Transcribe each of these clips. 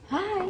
היי.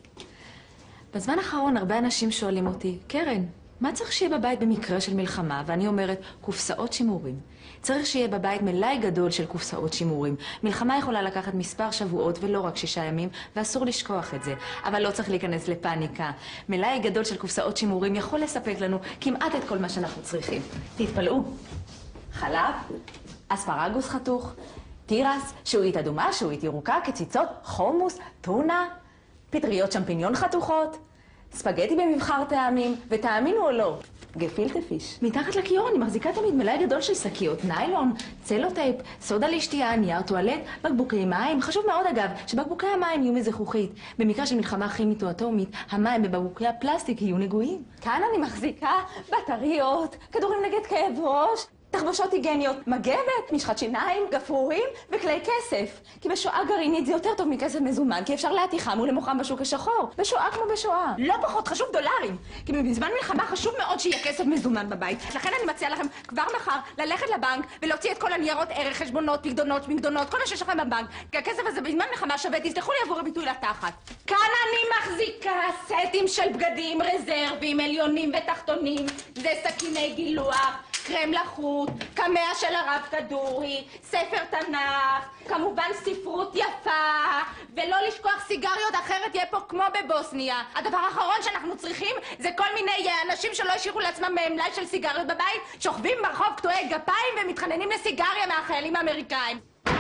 בזמן האחרון הרבה אנשים שואלים אותי, קרן, מה צריך שיהיה בבית במקרה של מלחמה? ואני אומרת, קופסאות שימורים. צריך שיהיה בבית מלאי גדול של קופסאות שימורים. מלחמה יכולה לקחת מספר שבועות ולא רק 6 ימים, ואסור לשכוח את זה. אבל לא צריך להיכנס לפאניקה. מלאי גדול של קופסאות שימורים יכול לספק לנו כמעט את כל מה שאנחנו צריכים. תתפלאו. חלב, אספרגוס חתוך, תירס, שועית אדומה, שועית ירוקה, קציצות, חומוס, טונה, פטריות שמפיניון חתוכות, ספגטי במבחר טעמים, ותאמינו או לא, גפילטה פיש. מתחת לכיור אני מחזיקה תמיד מלאי גדול של שקיות, ניילון, צלוטייפ, סודה לשתייה, נייר טואלט, בקבוקי מים. חשוב מאוד אגב שבקבוקי המים יהיו מזכוכית. במקרה של מלחמה כימית או אטומית, המים בבקבוקי הפלסטיק יהיו נגועים. כאן אני מחזיקה בטריות, כדורים נגד כאב ראש, תחבושות היגניות, מגבת, משחת שיניים, גפרורים וכלי כסף. כי בשואה גרעינית זה יותר טוב מכסף מזומן, כי אפשר להתיחם ולמוכרם בשוק השחור. בשואה כמו בשואה. לא פחות, חשוב דולרים. כי בזמן מלחמה חשוב מאוד שיהיה כסף מזומן בבית. לכן אני מציעה לכם כבר מחר ללכת לבנק ולהוציא את כל הניירות ערך, חשבונות, פקדונות, כל מה שיש לכם בבנק. כי הכסף הזה בזמן מלחמה שווה, תסלחו לי עבור הביטוי לתחת. כאן אני מחזיקה סטים של בגדים רזרבים, עליונים ותחתונים. זה סכיני גילוח, קרם לחוט, קמע של הרב כדורי, ספר תנ"ך, כמובן ספרות יפה, ולא לשכוח סיגריות, אחרת יהיה פה כמו בבוסניה. הדבר האחרון שאנחנו צריכים זה כל מיני אנשים שלא השאירו לעצמם מלאי של סיגריות בבית, שוכבים ברחוב קטועי גפיים ומתחננים לסיגריה מהחיילים האמריקאים.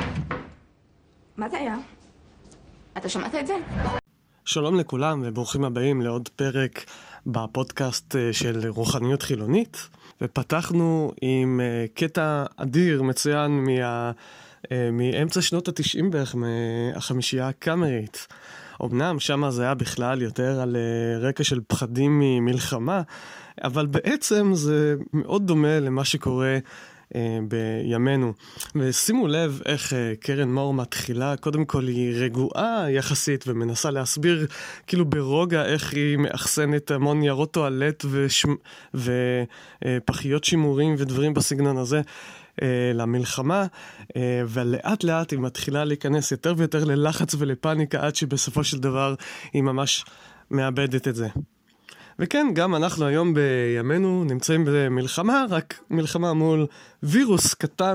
מה זה היה? אתה שמעת את זה? שלום לכולם וברוכים הבאים לעוד פרק בפודקאסט של רוחניות חילונית. ופתחנו עם קטע אדיר מצוין מאמצע שנות ה-90 בערך, מהחמישייה הקאמרית. אמנם שמה זה היה בכלל יותר על רקע של פחדים ממלחמה, אבל בעצם זה מאוד דומה למה שקורה בימינו. ושימו לב איך קרן מור מתחילה, קודם כל היא רגועה יחסית ומנסה להסביר כאילו ברוגע איך היא מאחסנת המון ניירות טואלט ופחיות שימורים ודברים בסגנון הזה למלחמה, ולאט לאט היא מתחילה להיכנס יותר ויותר ללחץ ולפאניקה עד שבסופו של דבר היא ממש מאבדת את זה. וכן, גם אנחנו היום בימינו נמצאים במלחמה, רק מלחמה מול וירוס קטן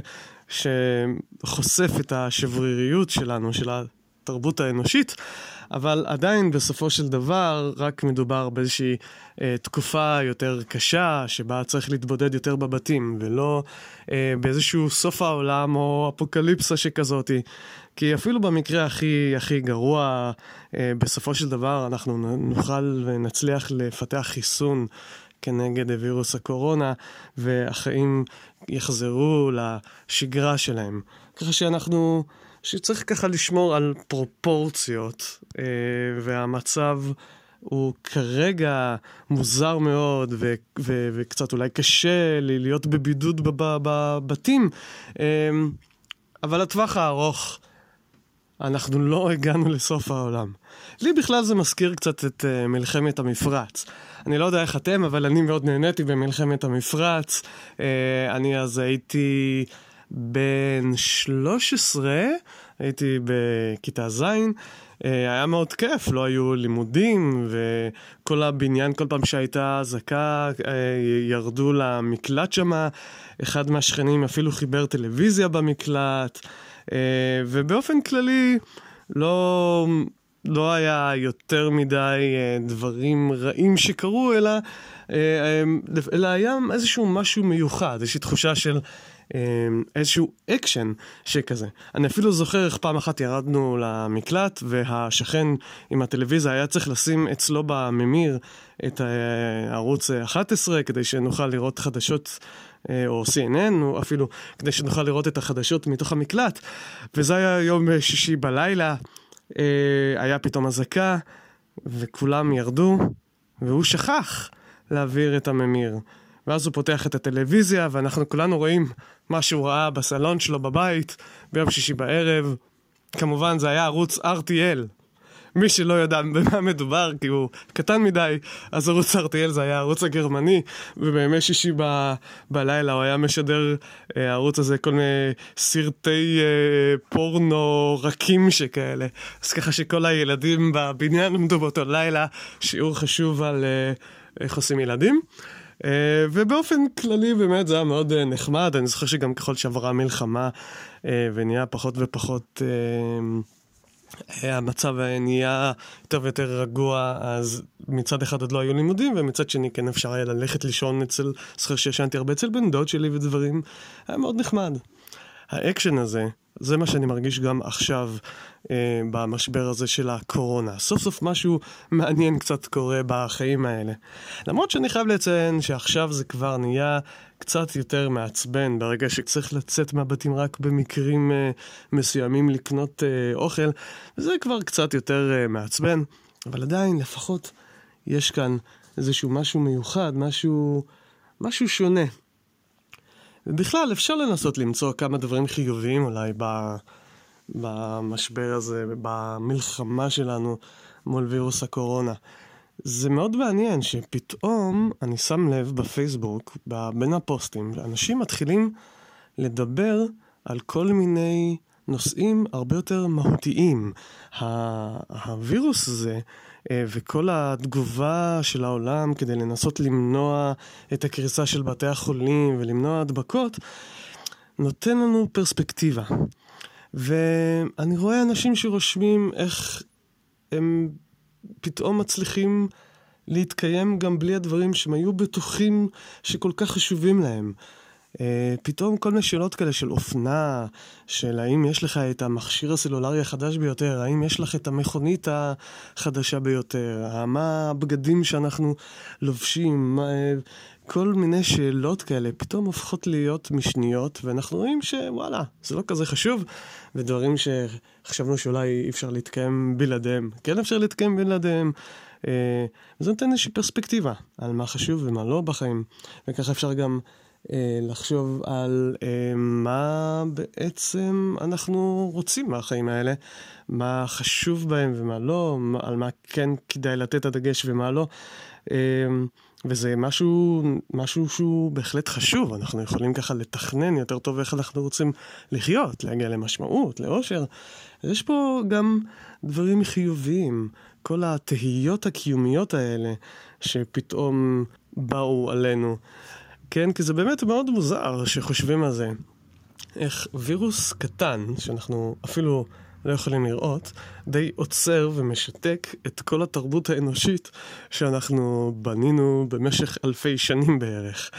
שחושף את השבריריות שלנו, של התרבות האנושית, אבל עדיין בסופו של דבר רק מדובר באיזושהי תקופה יותר קשה, שבה צריך להתבודד יותר בבתים, ולא באיזשהו סוף העולם או אפוקליפסה שכזאת. כי אפילו במקרה הכי גרוע, בסופו של דבר אנחנו נוכל ונצליח לפתח חיסון כנגד וירוס הקורונה, והחיים יחזרו לשגרה שלהם. ככה שצריך ככה לשמור על פרופורציות, והמצב הוא כרגע מוזר מאוד, וקצת אולי קשה להיות בבידוד בבתים, אבל לטווח הארוך אנחנו לא הגענו לסוף העולם. לי בכלל זה מזכיר קצת את מלחמת המפרץ. אני לא יודע איך אתם, אבל אני מאוד נהניתי במלחמת המפרץ. אני אז הייתי בן 13, הייתי בכיתה ז', היה מאוד כיף, לא היו לימודים, וכל הבניין, כל פעם שהייתה אזעקה, ירדו למקלט שמה, אחד מהשכנים אפילו חיבר טלוויזיה במקלט, ובאופן כללי לא היה יותר מדי דברים רעים שקרו, אלא היה איזשהו משהו מיוחד, איזושהי תחושה של איזשהו אקשן שכזה. אני אפילו זוכר איך פעם אחת ירדנו למקלט, והשכן עם הטלוויזיה היה צריך לשים אצלו בממיר את ערוץ 11 כדי שנוכל לראות חדשות, או CNN, או אפילו כדי שנוכל לראות את החדשות מתוך המקלט. וזה היה יום שישי בלילה, היה פתאום אזעקה, וכולם ירדו, והוא שכח להעביר את הממיר. ואז הוא פותח את הטלוויזיה, ואנחנו כולנו רואים מה שהוא ראה בסלון שלו בבית, ביום שישי בערב. כמובן זה היה ערוץ RTL. מי שלא יודע במה מדובר, כי הוא קטן מדי, אז ערוץ RTL זה היה הערוץ הגרמני, ובימי שישי בלילה הוא היה משדר הערוץ הזה כל מיני סרטי פורנו רכים שכאלה. אז ככה שכל הילדים בבניין למדו באותו לילה שיעור חשוב על איך עושים ילדים. ובאופן כללי באמת זה היה מאוד נחמד. אני זוכר שגם ככל שעברה מלחמה ונהיה פחות ופחות המצב נהיה יותר ויותר רגוע, אז מצד אחד עוד לא היו לימודים, ומצד שני כן אפשר היה ללכת לישון אצל, זוכר שישנתי הרבה אצל בן דוד שלי ודברים, היה מאוד נחמד. האקשן הזה, זה מה שאני מרגיש גם עכשיו במשבר הזה של הקורונה. סוף סוף משהו מעניין קצת קורה בחיים האלה. למרות שאני חייב לציין שעכשיו זה כבר נהיה קצת יותר מעצבן, ברגע שצריך לצאת מהבתים רק במקרים מסוימים לקנות אוכל, זה כבר קצת יותר מעצבן, אבל עדיין לפחות יש כאן איזשהו משהו מיוחד, משהו שונה. בכלל, אפשר לנסות למצוא כמה דברים חיוביים אולי במשבר הזה, במלחמה שלנו מול וירוס הקורונה. זה מאוד מעניין שפתאום אני שם לב בפייסבוק, בין הפוסטים, אנשים מתחילים לדבר על כל מיני נושאים הרבה יותר מהותיים. הווירוס הזה וכל התגובה של העולם כדי לנסות למנוע את הקריסה של בתי החולים ולמנוע הדבקות, נותן לנו פרספקטיבה. ואני רואה אנשים שרושמים איך הם פתאום מצליחים להתקיים גם בלי הדברים שהם היו בטוחים שכל כך חשובים להם. פתאום כל מיני שאלות כאלה של אופנה, של האם יש לך את המכשיר הסלולרי החדש ביותר, האם יש לך את המכונית החדשה ביותר, מה הבגדים שאנחנו לובשים, כל מיני שאלות כאלה פתאום הופכות להיות משניות, ואנחנו רואים שוואלה, זה לא כזה חשוב, ודברים שחשבנו שאולי אי אפשר להתקיים בלעדיהם, כן אפשר להתקיים בלעדיהם. וזה נותן איזושהי פרספקטיבה על מה חשוב ומה לא בחיים, וככה אפשר גם לחשוב על מה בעצם אנחנו רוצים מהחיים האלה, מה חשוב בהם ומה לא, על מה כן כדאי לתת הדגש ומה לא. וזה משהו שהוא בהחלט חשוב. אנחנו יכולים ככה לתכנן יותר טוב איך אנחנו רוצים לחיות, להגיע למשמעות, לאושר. יש פה גם דברים חיוביים, כל התהיות הקיומיות האלה שפתאום באו עלינו. כן, כי זה באמת מאוד מוזר שחושבים על זה. איך וירוס קטן, שאנחנו אפילו לא יכולים לראות, די עוצר ומשתק את כל התרבות האנושית שאנחנו בנינו במשך אלפי שנים בערך.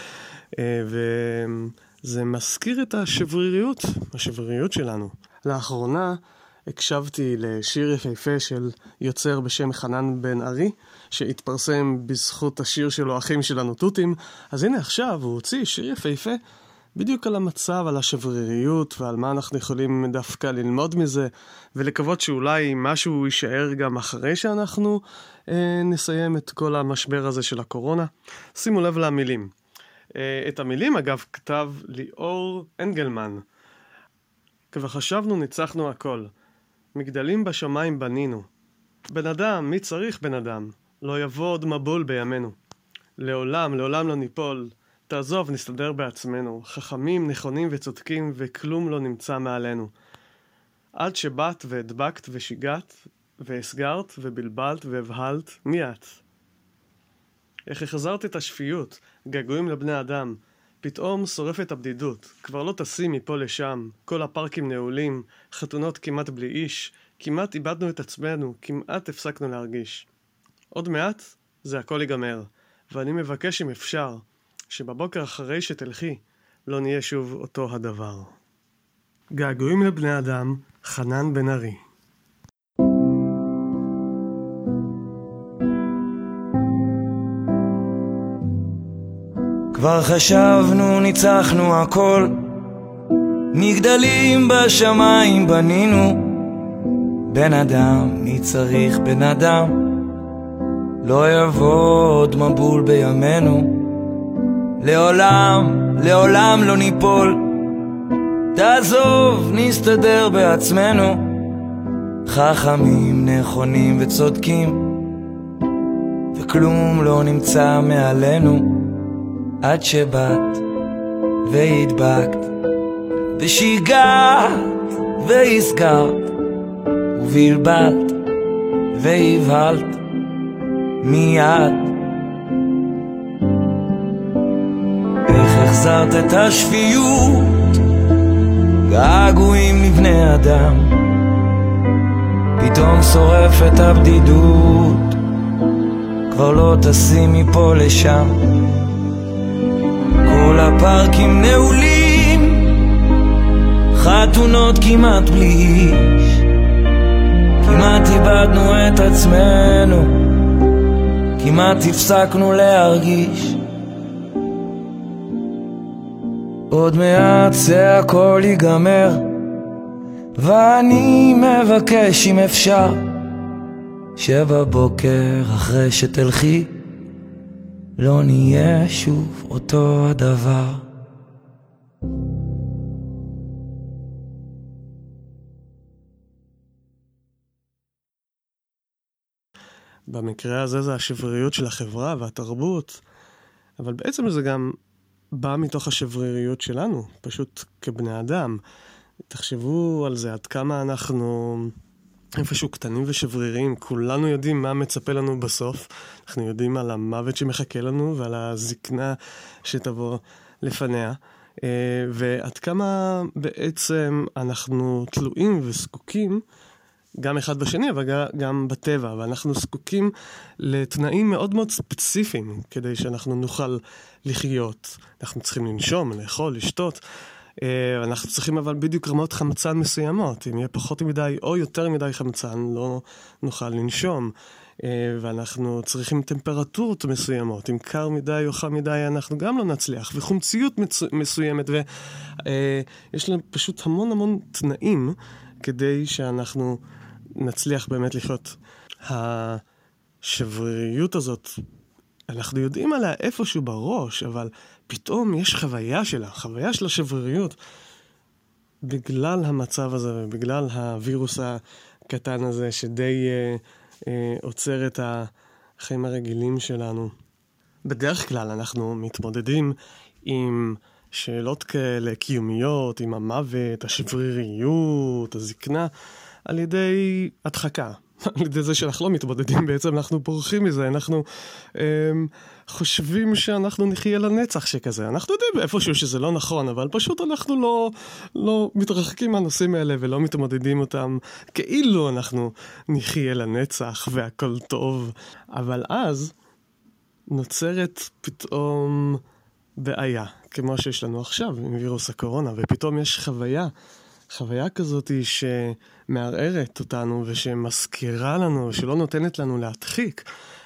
וזה מזכיר את השבריריות שלנו. לאחרונה הקשבתי לשיר יפהפה של יוצר בשם חנן בן ארי, שהתפרסם בזכות השיר שלו, אחים שלנו תותים. אז הנה עכשיו הוא הוציא שיר יפהפה בדיוק על המצב, על השבריריות ועל מה אנחנו יכולים דווקא ללמוד מזה, ולקוות שאולי משהו יישאר גם אחרי שאנחנו נסיים את כל המשבר הזה של הקורונה. שימו לב למילים. את המילים אגב כתב ליאור אנגלמן. כבר חשבנו ניצחנו הכל. מגדלים בשמיים בנינו. בן אדם, מי צריך בן אדם? לא יבוא עוד מבול בימינו. לעולם לא ניפול. תעזוב, נסתדר בעצמנו. חכמים, נכונים וצודקים, וכלום לא נמצא מעלינו. עד שבאת והדבקת ושיגעת, והסגרת ובלבלת והבהלת, מי את? איך החזרת את השפיות, געגועים לבני אדם. פתאום שורפת הבדידות, כבר לא טסים מפה לשם, כל הפארקים נעולים, חתונות כמעט בלי איש, כמעט איבדנו את עצמנו, כמעט הפסקנו להרגיש. עוד מעט זה הכל ייגמר, ואני מבקש אם אפשר, שבבוקר אחרי שתלכי, לא נהיה שוב אותו הדבר. געגועים לבני אדם, חנן בן ארי. כבר חשבנו ניצחנו הכל, מגדלים בשמיים בנינו. בן אדם, מי צריך בן אדם? לא יבוא עוד מבול בימינו. לעולם לא ניפול. תעזוב, נסתדר בעצמנו. חכמים, נכונים וצודקים, וכלום לא נמצא מעלינו, עד שבאת והדבקת ושיגעת והסגרת ובלבלת והבהלת מיד. איך החזרת את השפיות, געגועים לבני אדם, פתאום שורף את הבדידות, כבר לא טסים מפה לשם, כל הפארקים נעולים, חתונות כמעט בלי איש, כמעט איבדנו את עצמנו, כמעט הפסקנו להרגיש. עוד מעט זה הכל ייגמר, ואני מבקש אם אפשר, שבבוקר אחרי שתלכי לא נהיה שוב אותו הדבר. במקרה הזה זה השבריריות של החברה והתרבות, אבל בעצם זה גם בא מתוך השבריריות שלנו, פשוט כבני אדם. תחשבו על זה, עד כמה אנחנו איפשהו קטנים ושברירים, כולנו יודעים מה מצפה לנו בסוף, אנחנו יודעים על המוות שמחכה לנו ועל הזקנה שתבוא לפניה, ועד כמה בעצם אנחנו תלויים וזקוקים גם אחד בשני, אבל גם בטבע, ואנחנו זקוקים לתנאים מאוד מאוד ספציפיים כדי שאנחנו נוכל לחיות. אנחנו צריכים לנשום, לאכול, לשתות, אנחנו צריכים אבל בדיוק רמות חמצן מסוימות. אם יהיה פחות מדי או יותר מדי חמצן, לא נוכל לנשום. ואנחנו צריכים טמפרטורות מסוימות. אם קר מדי או חם מדי, אנחנו גם לא נצליח. וחומציות מסוימת, ויש לנו פשוט המון המון תנאים כדי שאנחנו נצליח באמת לחיות. השבריריות הזאת, אנחנו יודעים עליה איפשהו בראש, אבל פתאום יש חוויה שלה, חוויה של השבריריות, בגלל המצב הזה ובגלל הווירוס הקטן הזה שדי עוצר את החיים הרגילים שלנו. בדרך כלל אנחנו מתמודדים עם שאלות כאלה קיומיות, עם המוות, השבריריות, הזקנה, על ידי הדחקה. על ידי זה שאנחנו לא מתמודדים, בעצם אנחנו בורחים מזה, אנחנו חושבים שאנחנו נחיה לנצח שכזה. אנחנו יודעים איפשהו שזה לא נכון, אבל פשוט אנחנו לא מתרחקים מהנושאים האלה ולא מתמודדים אותם כאילו אנחנו נחיה לנצח והכל טוב. אבל אז נוצרת פתאום בעיה, כמו שיש לנו עכשיו עם וירוס הקורונה, ופתאום יש חוויה כזאת שמערערת אותנו ושמזכירה לנו, שלא נותנת לנו להדחיק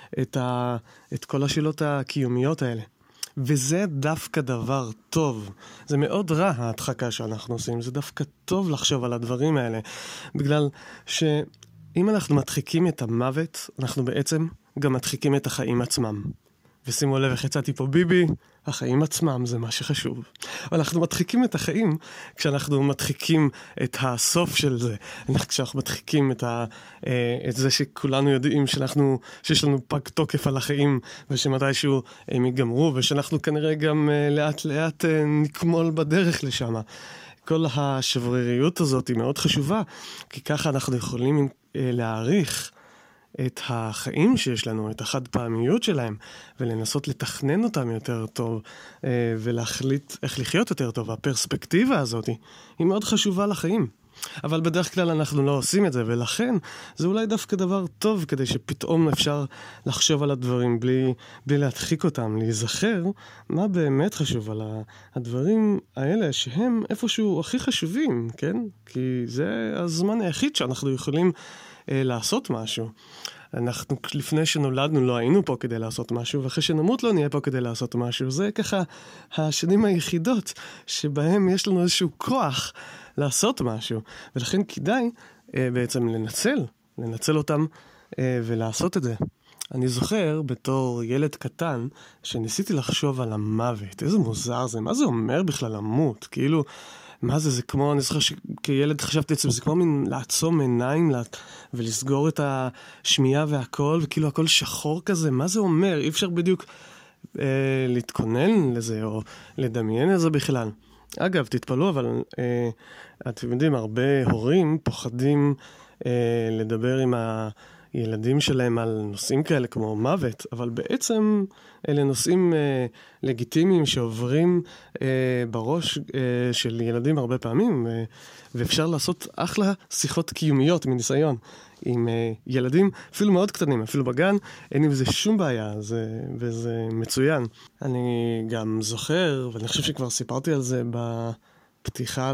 את כל השאלות הקיומיות האלה. וזה דווקא דבר טוב. זה מאוד רע ההדחקה שאנחנו עושים, זה דווקא טוב לחשוב על הדברים האלה. בגלל שאם אנחנו מדחיקים את המוות, אנחנו בעצם גם מדחיקים את החיים עצמם. ושימו לב איך יצאתי פה ביבי, החיים עצמם זה מה שחשוב. אבל אנחנו מדחיקים את החיים כשאנחנו מדחיקים את הסוף של זה. כשאנחנו מדחיקים את זה שכולנו יודעים שיש לנו פג תוקף על החיים, ושמתישהו הם ייגמרו, ושאנחנו כנראה גם לאט לאט נקמול בדרך לשם. כל השבריריות הזאת היא מאוד חשובה, כי ככה אנחנו יכולים להעריך את החיים שיש לנו, את החד פעמיות שלהם, ולנסות לתכנן אותם יותר טוב, ולהחליט איך לחיות יותר טוב. הפרספקטיבה הזאת היא מאוד חשובה לחיים. אבל בדרך כלל אנחנו לא עושים את זה, ולכן זה אולי דווקא דבר טוב, כדי שפתאום אפשר לחשוב על הדברים בלי להדחיק אותם, להיזכר מה באמת חשוב על הדברים האלה, שהם איפשהו הכי חשובים, כן? כי זה הזמן היחיד שאנחנו יכולים לעשות משהו. אנחנו לפני שנולדנו לא היינו פה כדי לעשות משהו, ואחרי שנמות לא נהיה פה כדי לעשות משהו. זה ככה השנים היחידות שבהם יש לנו איזשהו כוח לעשות משהו. ולכן כדאי בעצם לנצל אותם ולעשות את זה. אני זוכר בתור ילד קטן שניסיתי לחשוב על המוות. איזה מוזר זה, מה זה אומר בכלל למות? כאילו, מה זה? זה כמו, אני זוכר שכילד חשבתי אצלם, זה כמו מין לעצום עיניים ולסגור את השמיעה והכל, וכאילו הכל שחור כזה, מה זה אומר? אי אפשר בדיוק להתכונן לזה או לדמיין לזה בכלל. אגב, תתפלאו, אבל אתם יודעים, הרבה הורים פוחדים לדבר עם הילדים שלהם על נושאים כאלה כמו מוות, אבל בעצם אלה נושאים לגיטימיים שעוברים בראש של ילדים הרבה פעמים, ואפשר לעשות אחלה שיחות קיומיות מניסיון עם ילדים, אפילו מאוד קטנים, אפילו בגן, אין עם זה שום בעיה, וזה מצוין. אני גם זוכר, ואני חושב שכבר סיפרתי על זה בפתיחה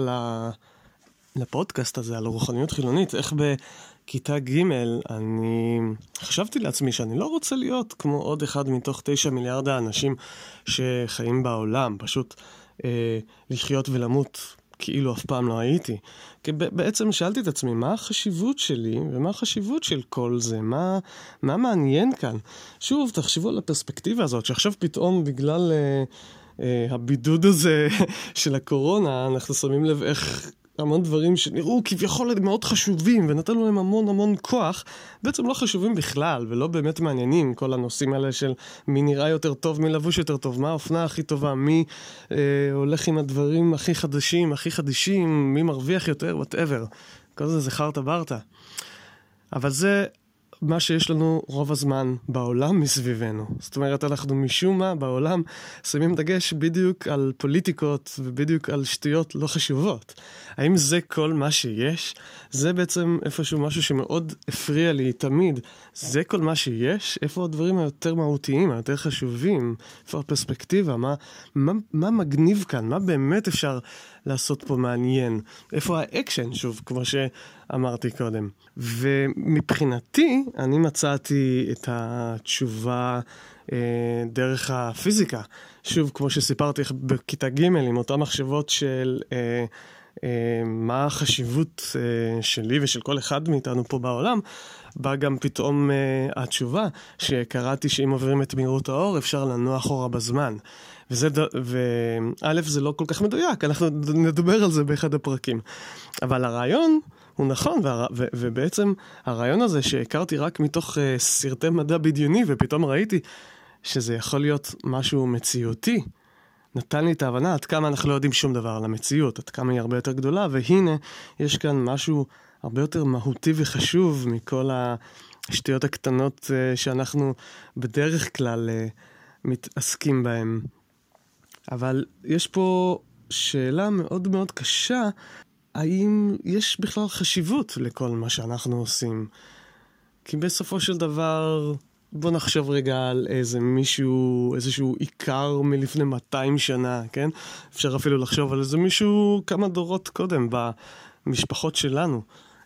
לפודקאסט הזה, על רוחניות חילונית, איך בכיתה ג' אני חשבתי לעצמי שאני לא רוצה להיות כמו עוד אחד מתוך 9 מיליארד האנשים שחיים בעולם, פשוט לחיות ולמות כאילו אף פעם לא הייתי. כי בעצם שאלתי את עצמי, מה החשיבות שלי ומה החשיבות של כל זה? מה מעניין כאן? שוב, תחשבו על הפרספקטיבה הזאת, שעכשיו פתאום בגלל הבידוד הזה של הקורונה, אנחנו שמים לב איך המון דברים שנראו כביכול מאוד חשובים ונתנו להם המון המון כוח, בעצם לא חשובים בכלל ולא באמת מעניינים. כל הנושאים האלה של מי נראה יותר טוב, מי לבוש יותר טוב, מה האופנה הכי טובה, מי הולך עם הדברים הכי חדשים, מי מרוויח יותר, whatever. כל זה זכרת ברטה. אבל זה מה שיש לנו רוב הזמן בעולם מסביבנו. זאת אומרת, אנחנו משום מה בעולם שמים דגש בדיוק על פוליטיקות ובדיוק על שטויות לא חשובות. האם זה כל מה שיש? זה בעצם איפשהו משהו שמאוד הפריע לי תמיד. זה כל מה שיש? איפה הדברים היותר מהותיים, היותר חשובים? איפה הפרספקטיבה? מה מגניב כאן? מה באמת אפשר לעשות פה מעניין? איפה האקשן, שוב, כמו שאמרתי קודם? ומבחינתי, אני מצאתי את התשובה דרך הפיזיקה. שוב, כמו שסיפרתי בכיתה ג' עם אותן מחשבות של מה החשיבות שלי ושל כל אחד מאיתנו פה בעולם, בא גם פתאום התשובה שקראתי שאם עוברים את מהירות האור אפשר לנוע אחורה בזמן. וא' זה לא כל כך מדויק, אנחנו נדבר על זה באחד הפרקים. אבל הרעיון הוא נכון, ובעצם הרעיון הזה שהכרתי רק מתוך סרטי מדע בדיוני, ופתאום ראיתי שזה יכול להיות משהו מציאותי, נתן לי את ההבנה עד כמה אנחנו לא יודעים שום דבר על המציאות, עד כמה היא הרבה יותר גדולה, והנה יש כאן משהו הרבה יותר מהותי וחשוב מכל השטויות הקטנות שאנחנו בדרך כלל מתעסקים בהן. אבל יש פה שאלה מאוד מאוד קשה, האם יש בכלל חשיבות לכל מה שאנחנו עושים? כי בסופו של דבר, בוא נחשוב רגע על איזשהו עיקר מלפני 200 שנה, כן? אפשר אפילו לחשוב על איזה מישהו כמה דורות קודם במשפחות שלנו.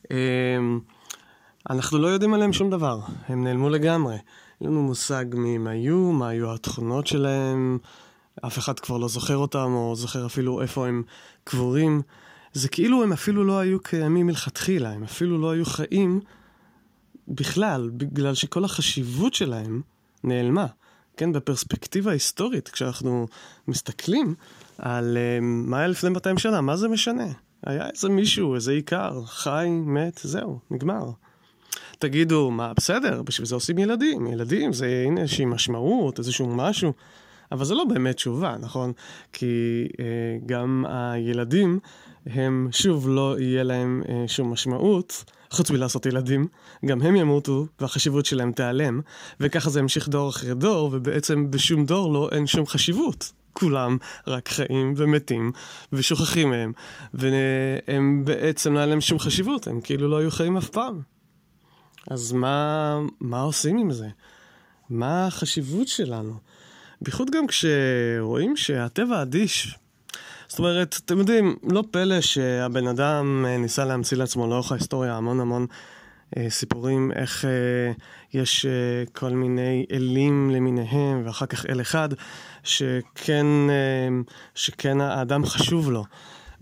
אנחנו לא יודעים עליהם שום דבר, הם נעלמו לגמרי. אין לנו מושג מי הם היו, מה היו התכונות שלהם, אף אחד כבר לא זוכר אותם, או זוכר אפילו איפה הם קבורים. זה כאילו הם אפילו לא היו קיימים מלכתחילה, הם אפילו לא היו חיים בכלל, בגלל שכל החשיבות שלהם נעלמה. כן, בפרספקטיבה היסטורית, כשאנחנו מסתכלים על מה היה לפני 200 שנה, מה זה משנה? היה איזה מישהו, איזה עיקר, חי, מת, זהו, נגמר. תגידו, מה, בסדר, בשביל זה עושים ילדים. ילדים זה הנה איזושהי משמעות, איזשהו משהו. אבל זה לא באמת תשובה, נכון? כי גם הילדים, הם שוב לא יהיה להם שום משמעות, חוץ מלעשות ילדים, גם הם ימותו והחשיבות שלהם תיעלם, וככה זה המשיך דור אחרי דור, ובעצם בשום דור לא אין שום חשיבות. כולם רק חיים ומתים ושוכחים מהם, והם בעצם לא היה להם שום חשיבות, הם כאילו לא היו חיים אף פעם. אז מה עושים עם זה? מה החשיבות שלנו? בייחוד גם כשרואים שהטבע אדיש. זאת אומרת, אתם יודעים, לא פלא שהבן אדם ניסה להמציא לעצמו לאורך ההיסטוריה המון סיפורים איך יש כל מיני אלים למיניהם, ואחר כך אל אחד שכן האדם חשוב לו.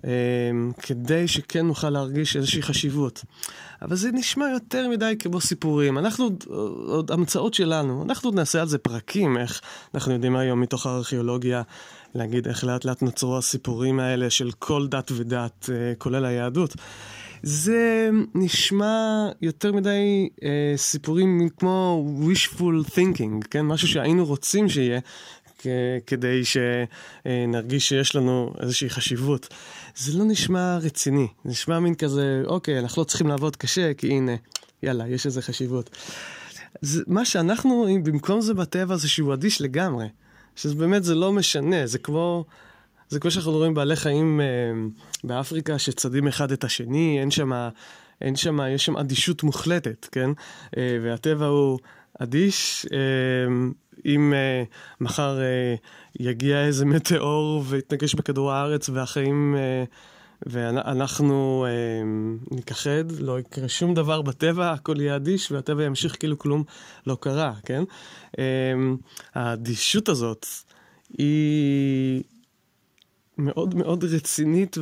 כדי שכן נוכל להרגיש איזושהי חשיבות. אבל זה נשמע יותר מדי כמו סיפורים. אנחנו עוד המצאות שלנו, אנחנו עוד נעשה על זה פרקים, איך אנחנו יודעים היום מתוך הארכיאולוגיה, להגיד איך לאט לאט נוצרו הסיפורים האלה של כל דת ודת, כולל היהדות. זה נשמע יותר מדי סיפורים כמו wishful thinking, כן? משהו שהיינו רוצים שיהיה, כדי שנרגיש שיש לנו איזושהי חשיבות. זה לא נשמע רציני, זה נשמע מין כזה, אוקיי, אנחנו לא צריכים לעבוד קשה, כי הנה, יאללה, יש איזו חשיבות. מה שאנחנו רואים במקום זה בטבע זה שהוא אדיש לגמרי, שזה באמת זה לא משנה, זה כמו שאנחנו רואים בעלי חיים באפריקה שצדים אחד את השני, יש שם אדישות מוחלטת, כן? והטבע הוא אדיש, אם מחר יגיע איזה מטאור ויתנגש בכדור הארץ והחיים ואנחנו נכחד, לא יקרה שום דבר בטבע, הכל יהיה אדיש והטבע ימשיך כאילו כלום לא קרה, כן? האדישות הזאת היא מאוד מאוד רצינית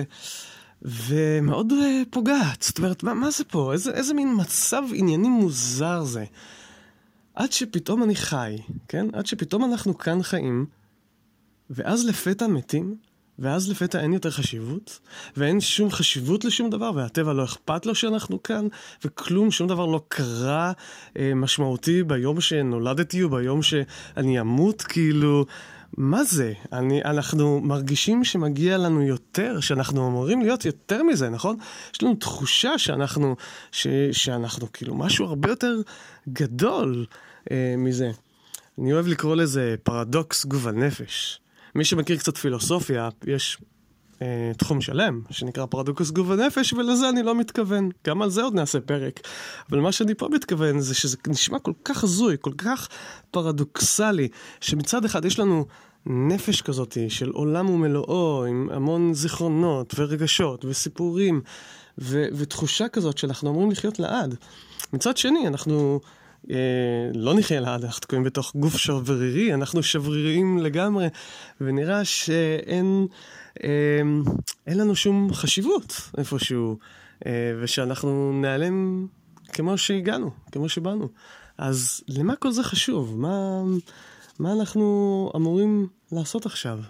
ומאוד פוגעת. זאת אומרת, מה זה פה? איזה מין מצב ענייני מוזר זה? עד שפתאום אני חי, כן? עד שפתאום אנחנו כאן חיים, ואז לפתע מתים, ואז לפתע אין יותר חשיבות, ואין שום חשיבות לשום דבר, והטבע לא אכפת לו שאנחנו כאן, וכלום, שום דבר לא קרה משמעותי ביום שנולדתי, או ביום שאני אמות, כאילו, מה זה? אנחנו מרגישים שמגיע לנו יותר, שאנחנו אמורים להיות יותר מזה, נכון? יש לנו תחושה שאנחנו כאילו משהו הרבה יותר גדול מזה. אני אוהב לקרוא לזה פרדוקס גוף הנפש. מי שמכיר קצת פילוסופיה, יש תחום שלם שנקרא פרדוקס גוף הנפש, ולזה אני לא מתכוון. גם על זה עוד נעשה פרק. אבל מה שאני פה מתכוון זה שזה נשמע כל כך הזוי, כל כך פרדוקסלי, שמצד אחד יש לנו נפש כזאת של עולם ומלואו, עם המון זיכרונות ורגשות וסיפורים, ותחושה כזאת שאנחנו אמורים לחיות לעד. מצד שני, אנחנו לא נחיה לעד, אנחנו תקועים בתוך גוף שברירי, אנחנו שבריריים לגמרי, ונראה שאין לנו שום חשיבות איפשהו, ושאנחנו נעלם כמו שהגענו, כמו שבאנו. אז למה כל זה חשוב? מה אנחנו אמורים לעשות עכשיו?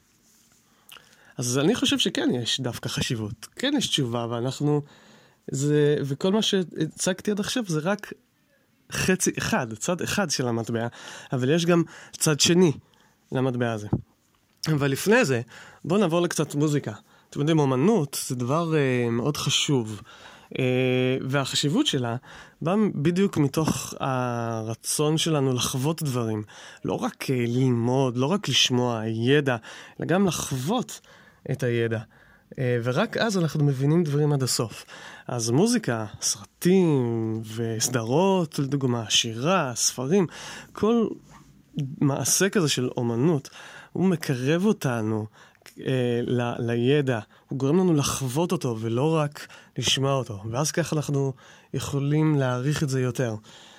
אז אני חושב שכן יש דווקא חשיבות, כן יש תשובה, וכל מה שהצגתי עד עכשיו זה רק חצי אחד, צד אחד של המטבע, אבל יש גם צד שני למטבע הזה. אבל לפני זה, בואו נעבור לקצת מוזיקה. אתם יודעים, אומנות זה דבר מאוד חשוב, והחשיבות שלה באה בדיוק מתוך הרצון שלנו לחוות דברים. לא רק ללמוד, לא רק לשמוע ידע, אלא גם לחוות את הידע. ורק אז אנחנו מבינים דברים עד הסוף. אז מוזיקה, סרטים וסדרות, לדוגמה, שירה, ספרים, כל מעשה כזה של אומנות, הוא מקרב אותנו לידע, הוא גורם לנו לחוות אותו ולא רק לשמוע אותו, ואז ככה אנחנו יכולים להעריך את זה יותר.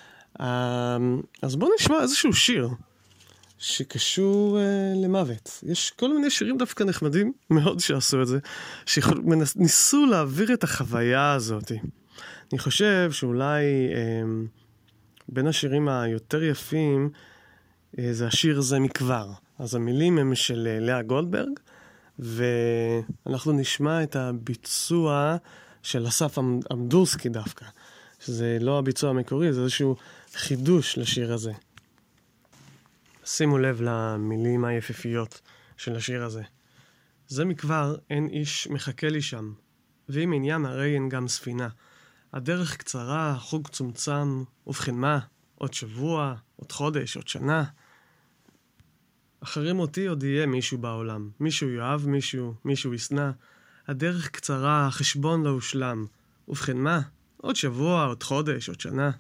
אז בואו נשמע איזשהו שיר שקשור למוות. יש כל מיני שירים דווקא נחמדים מאוד שעשו את זה, שניסו להעביר את החוויה הזאת. אני חושב שאולי בין השירים היותר יפים זה השיר זה מכבר. אז המילים הם של לאה גולדברג, ואנחנו נשמע את הביצוע של אסף אמדורסקי דווקא, שזה לא הביצוע המקורי, זה איזשהו חידוש לשיר הזה. שימו לב למילים היפהפיות של השיר הזה. זה מכבר אין איש מחכה לי שם, ואם אין ים הרי אין גם ספינה. הדרך קצרה, חוג צומצם, ובכן מה? עוד שבוע, עוד חודש, עוד שנה. אחרי מותי עוד יהיה מישהו בעולם. מישהו יאהב מישהו, מישהו ישנא. הדרך קצרה, החשבון לא הושלם. ובכן מה? עוד שבוע, עוד חודש, עוד שנה.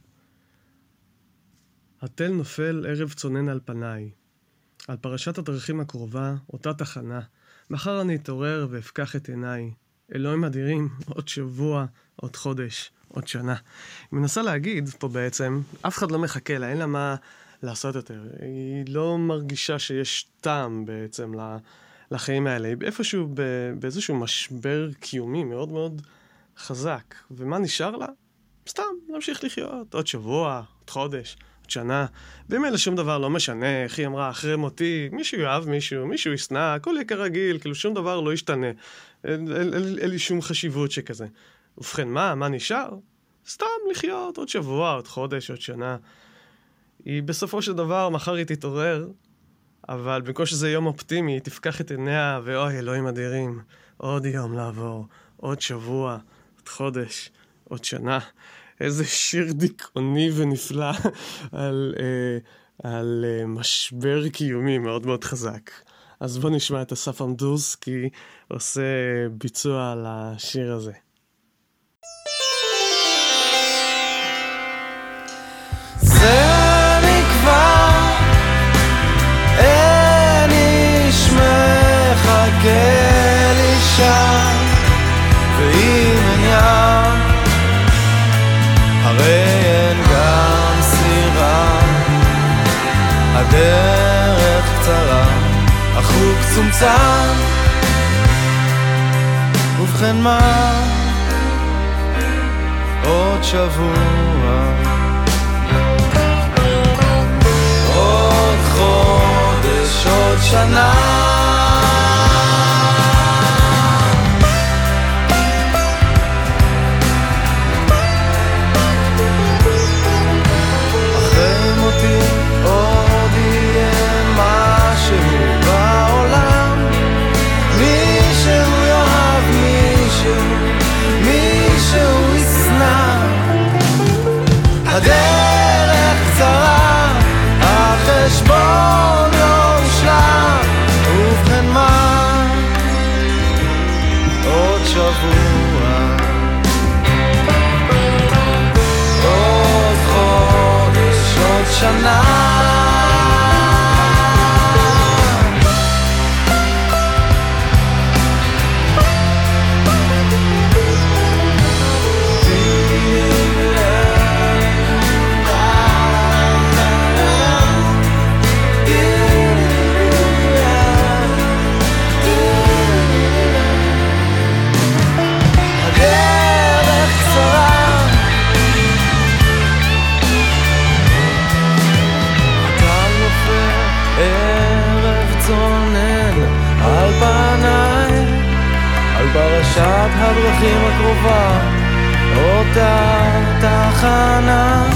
התל נופל ערב צונן על פניי. על פרשת הדרכים הקרובה, אותה תחנה. מחר אני אתעורר ואפקח את עיניי. אלוהים אדירים, עוד שבוע, עוד חודש, עוד שנה. היא מנסה להגיד פה בעצם, אף אחד לא מחכה לה, אין לה מה לעשות יותר. היא לא מרגישה שיש טעם בעצם לחיים האלה. היא איפשהו באיזשהו משבר קיומי מאוד מאוד חזק. ומה נשאר לה? סתם, להמשיך לחיות. עוד שבוע, עוד חודש, עוד שנה. במילא שום דבר לא משנה, איך היא אמרה, אחרי מותי, מישהו יאהב מישהו, מישהו ישנא, הכל יהיה כרגיל, כאילו שום דבר לא ישתנה. אין לי שום חשיבות שכזה. ובכן, מה נשאר? סתם לחיות עוד שבוע, עוד חודש, עוד שנה. היא בסופו של דבר, מחר היא תתעורר, אבל במקום שזה יום אופטימי, היא תפקח את עיניה, ואוי, אלוהים אדירים, עוד יום לעבור, עוד שבוע, עוד חודש, עוד שנה. איזה שיר דיכאוני ונפלא על משבר קיומי מאוד מאוד חזק. אז בוא נשמע את אסף אמדורסקי עושה ביצוע על השיר הזה. זה נקבע, אין איש מחכה לי שם, ואם אין ים, הרי אין גם סירה. הדרך קצרה, החוג צומצם, ובכן מה? עוד שבוע, עוד חודש, עוד שנה. אחרי מותי עוד יהיה משהו בעולם, מישהו יאהב מישהו ישנא. הדרך קצרה, החשבון לא הושלם, ובכן מה? עוד שבוע, עוד חודש, עוד שנה. פרשת הדרכים הקרובה, אותה תחנה.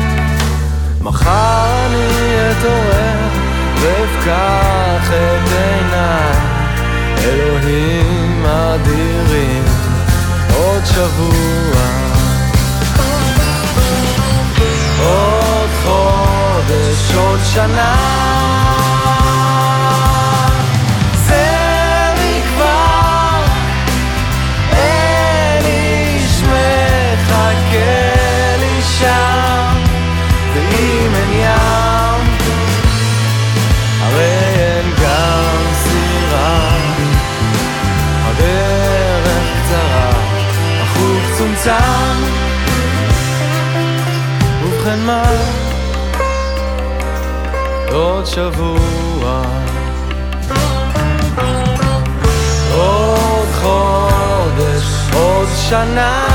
מחר אני אתעורר ואפקח את עיניי, אלוהים אדירים, עוד שבוע, עוד חודש, עוד שנה. ואם אין ים, הרי אין גם סירה. הדרך קצרה, החוג צומצם, ובכן מה? עוד שבוע, עוד חודש, עוד שנה.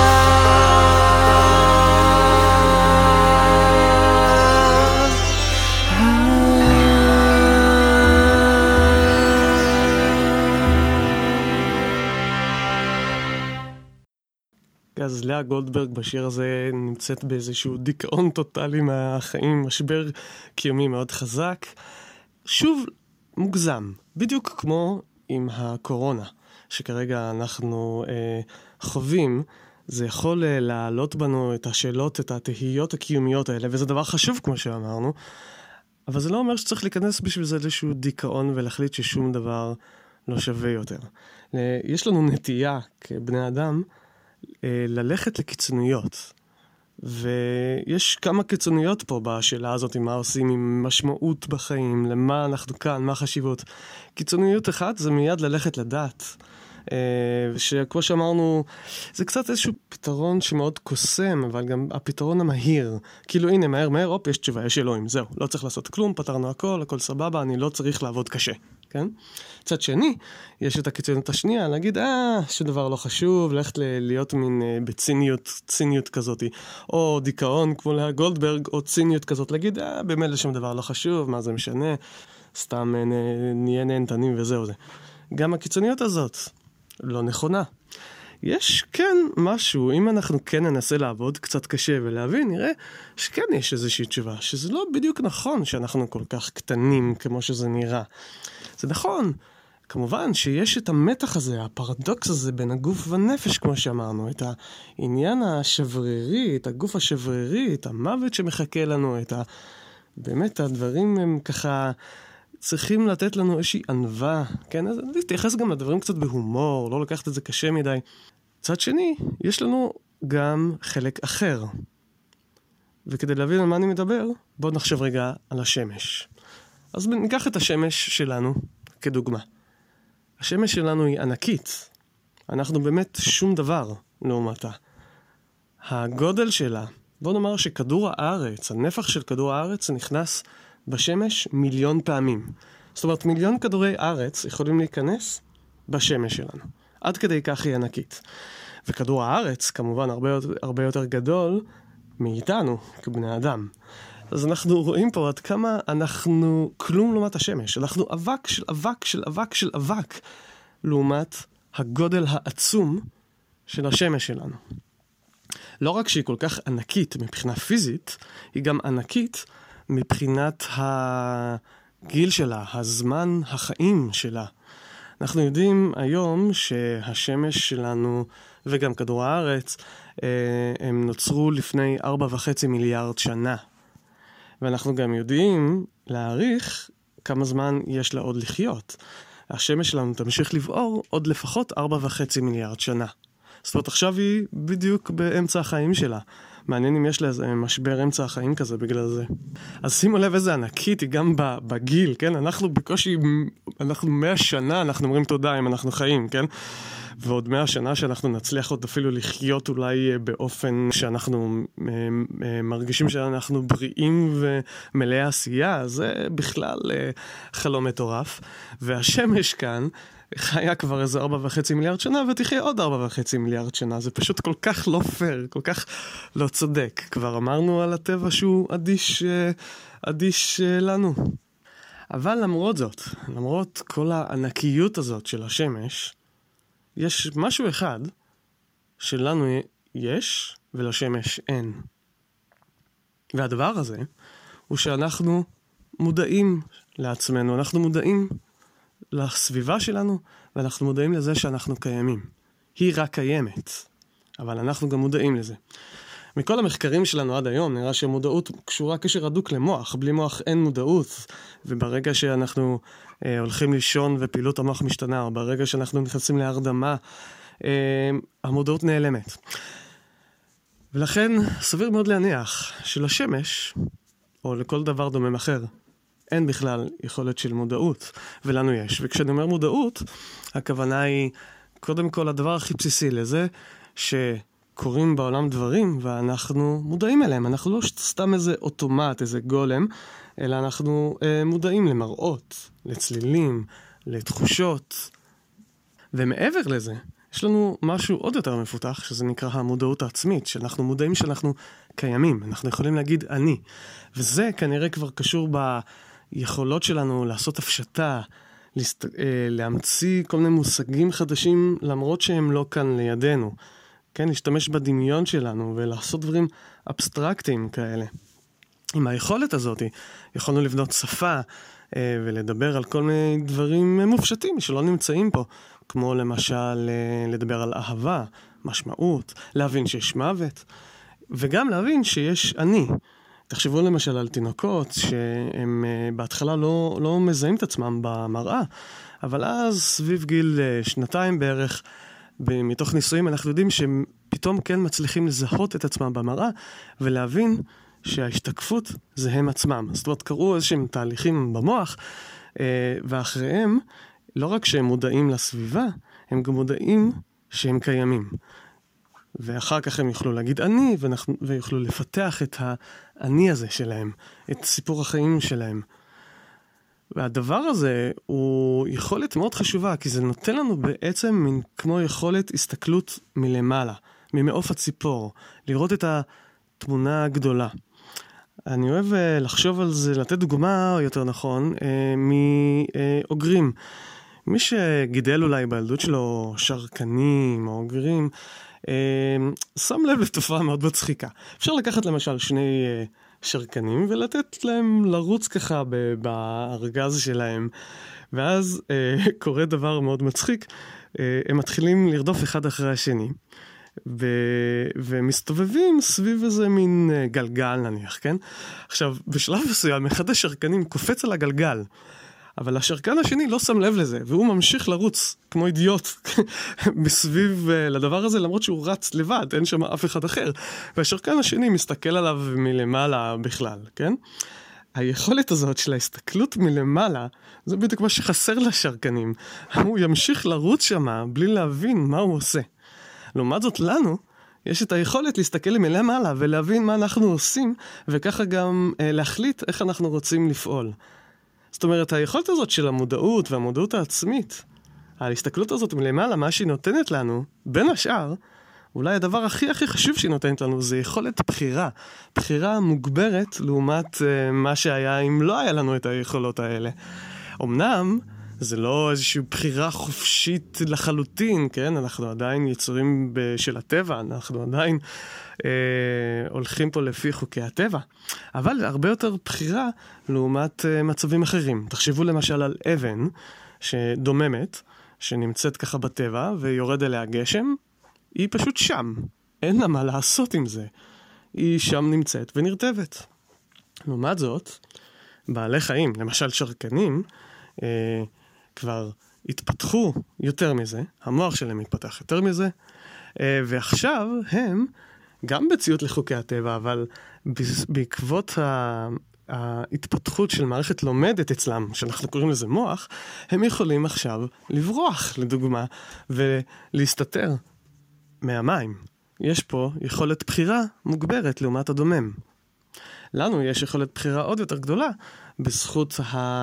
אז לאה גולדברג בשיר הזה נמצאת באיזשהו דיכאון טוטלי מהחיים, משבר קיומי מאוד חזק. שוב, מוגזם, בדיוק כמו עם הקורונה, שכרגע אנחנו חווים. זה יכול להעלות בנו את השאלות, את התהיות הקיומיות האלה, וזה דבר חשוב כמו שאמרנו, אבל זה לא אומר שצריך להיכנס בשביל זה איזשהו דיכאון ולהחליט ששום דבר לא שווה יותר. יש לנו נטייה כבני אדם ללכת לקיצוניות, ויש כמה קיצוניות פה בשאלה הזאת, מה עושים עם משמעות בחיים, למה אנחנו כאן, מה החשיבות. קיצוניות אחת זה מיד ללכת לדת, שכמו שאמרנו, זה קצת איזשהו פתרון שמאוד קוסם, אבל גם הפתרון המהיר, כאילו הנה מהר, הופ, יש תשובה, יש אלוהים, זהו, לא צריך לעשות כלום, פתרנו הכל סבבה, אני לא צריך לעבוד קשה. כן? מצד שני, יש את הקיצוניות השנייה, להגיד, שדבר לא חשוב, ללכת להיות מין ציניות כזאת, או דיכאון כמו לה גולדברג, או ציניות כזאת, להגיד, באמת לשום דבר לא חשוב, מה זה משנה, סתם נהיה נהנתנים וזהו זה. גם הקיצוניות הזאת לא נכונה. יש כן משהו, אם אנחנו כן ננסה לעבוד קצת קשה ולהבין, נראה שכן יש איזושהי תשובה, שזה לא בדיוק נכון שאנחנו כל כך קטנים כמו שזה נראה. זה נכון, כמובן שיש את המתח הזה, הפרדוקס הזה בין הגוף והנפש, כמו שאמרנו, את העניין השברירי, את הגוף השברירי, את המוות שמחכה לנו, באמת הדברים הם ככה צריכים לתת לנו איזושהי ענווה, כן? אז להתייחס גם לדברים קצת בהומור, לא לקחת את זה קשה מדי. צד שני, יש לנו גם חלק אחר. וכדי להבין על מה אני מדבר, בואו נחשב רגע על השמש. אז ניקח את השמש שלנו כדוגמה. השמש שלנו היא ענקית. אנחנו באמת שום דבר לעומתה. הגודל שלה, בואו נאמר שכדור הארץ, הנפח של כדור הארץ נכנס בשמש 1,000,000 פעמים. זאת אומרת, 1,000,000 כדורי ארץ יכולים להיכנס בשמש שלנו. עד כדי כך היא ענקית. וכדור הארץ, כמובן, הרבה יותר גדול מאיתנו, כבני אדם. אז אנחנו רואים פה עד כמה אנחנו כלום לעומת השמש. אנחנו אבק של אבק של אבק של אבק, לעומת הגודל העצום של השמש שלנו. לא רק שהיא כל כך ענקית מבחינה פיזית, היא גם ענקית מבחינת הגיל שלה, הזמן החיים שלה. אנחנו יודעים היום שהשמש שלנו וגם כדור הארץ הם נוצרו לפני 4.5 מיליארד שנה. ואנחנו גם יודעים להעריך כמה זמן יש לה עוד לחיות. השמש שלנו תמשיך לבעור עוד לפחות 4.5 מיליארד שנה. זאת אומרת, עכשיו היא בדיוק באמצע החיים שלה. מעניין אם יש לה איזה משבר אמצע החיים כזה בגלל זה. אז שימו לב איזה ענקית היא גם בגיל, כן? אנחנו בקושי, 100 שנה אנחנו אומרים תודה אם אנחנו חיים, כן? ועוד 100 שנה שאנחנו נצליח עוד אפילו לחיות אולי באופן שאנחנו מרגישים שאנחנו בריאים ומלאי עשייה, זה בכלל חלום מטורף. והשמש כאן חיה כבר איזה 4.5 מיליארד שנה, ותחיה עוד 4.5 מיליארד שנה. זה פשוט כל כך לא פייר, כל כך לא צודק. כבר אמרנו על הטבע שהוא אדיש לנו. אבל למרות זאת, למרות כל הענקיות הזאת של השמש, יש משהו אחד שלנו יש ולשמש אין. והדבר הזה הוא שאנחנו מודעים לעצמנו, אנחנו מודעים לסביבה שלנו, ואנחנו מודעים לזה שאנחנו קיימים. היא רק קיימת, אבל אנחנו גם מודעים לזה. מכל המחקרים שלנו עד היום נראה שמודעות קשורה קשר הדוק למוח. בלי מוח אין מודעות, וברגע שאנחנו הולכים לישון ופעילות המוח משתנה, או ברגע שאנחנו נכנסים להרדמה, המודעות נעלמת. ולכן סביר מאוד להניח שלשמש, או לכל דבר דומם אחר, אין בכלל יכולת של מודעות, ולנו יש. וכשאני אומר מודעות, הכוונה היא קודם כל הדבר הכי בסיסי לזה, שקורים בעולם דברים ואנחנו מודעים אליהם. אנחנו לא סתם איזה אוטומט, איזה גולם, אלא אנחנו מודעים למראות, לצלילים, לתחושות. ומעבר לזה, יש לנו משהו עוד יותר מפותח, שזה נקרא המודעות העצמית, שאנחנו מודעים שאנחנו קיימים, אנחנו יכולים להגיד אני. וזה כנראה כבר קשור ביכולות שלנו לעשות הפשטה, להמציא כל מיני מושגים חדשים, למרות שהם לא כאן לידינו. כן, להשתמש בדמיון שלנו ולעשות דברים אבסטרקטיים כאלה. עם היכולת הזאת יכולנו לבנות שפה ולדבר על כל מיני דברים מופשטים שלא נמצאים פה, כמו למשל לדבר על אהבה, משמעות, להבין שיש מוות, וגם להבין שיש אני. תחשבו למשל על תינוקות שהם בהתחלה לא מזהים את עצמם במראה, אבל אז סביב גיל 2 בערך, מתוך ניסויים אנחנו יודעים שהם פתאום כן מצליחים לזהות את עצמם במראה, ולהבין שההשתקפות זה הם עצמם. זאת אומרת, קראו איזשהם תהליכים במוח, ואחריהם, לא רק שהם מודעים לסביבה, הם גם מודעים שהם קיימים. ואחר כך הם יוכלו להגיד אני, ויוכלו לפתח את האני הזה שלהם, את סיפור החיים שלהם. והדבר הזה הוא יכולת מאוד חשובה, כי זה נותן לנו בעצם מין כמו יכולת הסתכלות מלמעלה, ממעוף הציפור, לראות את התמונה הגדולה. אני אוהב לחשוב על זה, לתת דוגמה יותר נכון, מאוגרים. מי שגידל אולי בילדות שלו שרקנים או אוגרים, שם לב לתופעה מאוד מצחיקה. אפשר לקחת למשל שני שרקנים ולתת להם לרוץ ככה בארגז שלהם, ואז קורה דבר מאוד מצחיק, הם מתחילים לרדוף אחד אחרי השני, ומסתובבים סביב איזה מין גלגל נניח, כן? עכשיו, בשלב מסוים אחד השרקנים קופץ על הגלגל, אבל השרקן השני לא שם לב לזה, והוא ממשיך לרוץ כמו אידיוט מסביב לדבר הזה, למרות שהוא רץ לבד, אין שם אף אחד אחר. והשרקן השני מסתכל עליו מלמעלה בכלל, כן? היכולת הזאת של ההסתכלות מלמעלה, זה בדיוק מה שחסר לשרקנים. הוא ימשיך לרוץ שמה בלי להבין מה הוא עושה. לעומת זאת לנו, יש את היכולת להסתכל מלמעלה ולהבין מה אנחנו עושים, וככה גם להחליט איך אנחנו רוצים לפעול. זאת אומרת, היכולת הזאת של המודעות והמודעות העצמית, ההסתכלות הזאת מלמעלה, מה שהיא נותנת לנו, בין השאר, אולי הדבר הכי חשוב שהיא נותנת לנו, זה יכולת בחירה. בחירה מוגברת לעומת מה שהיה אם לא היה לנו את היכולות האלה. אמנם, זה לא איזושהי בחירה חופשית לחלוטין, כן? אנחנו עדיין יצורים של הטבע, אנחנו עדיין הולכים פה לפי חוקי הטבע. אבל הרבה יותר בחירה לעומת מצבים אחרים. תחשבו למשל על אבן שדוממת, שנמצאת ככה בטבע ויורד אליה גשם, היא פשוט שם. אין לה מה לעשות עם זה. היא שם נמצאת ונרטבת. לעומת זאת, בעלי חיים, למשל שרקנים, כבר התפתחו יותר מזה, המוח שלהם התפתח יותר מזה, ועכשיו הם גם בציות לחוקי הטבע, אבל בעקבות ההתפתחות של מערכת לומדת אצלם, שאנחנו קוראים לזה מוח, הם יכולים עכשיו לברוח, לדוגמה, ולהסתתר מהמים. יש פה יכולת בחירה מוגברת לעומת הדומם. לנו יש יכולת בחירה עוד יותר גדולה, בזכות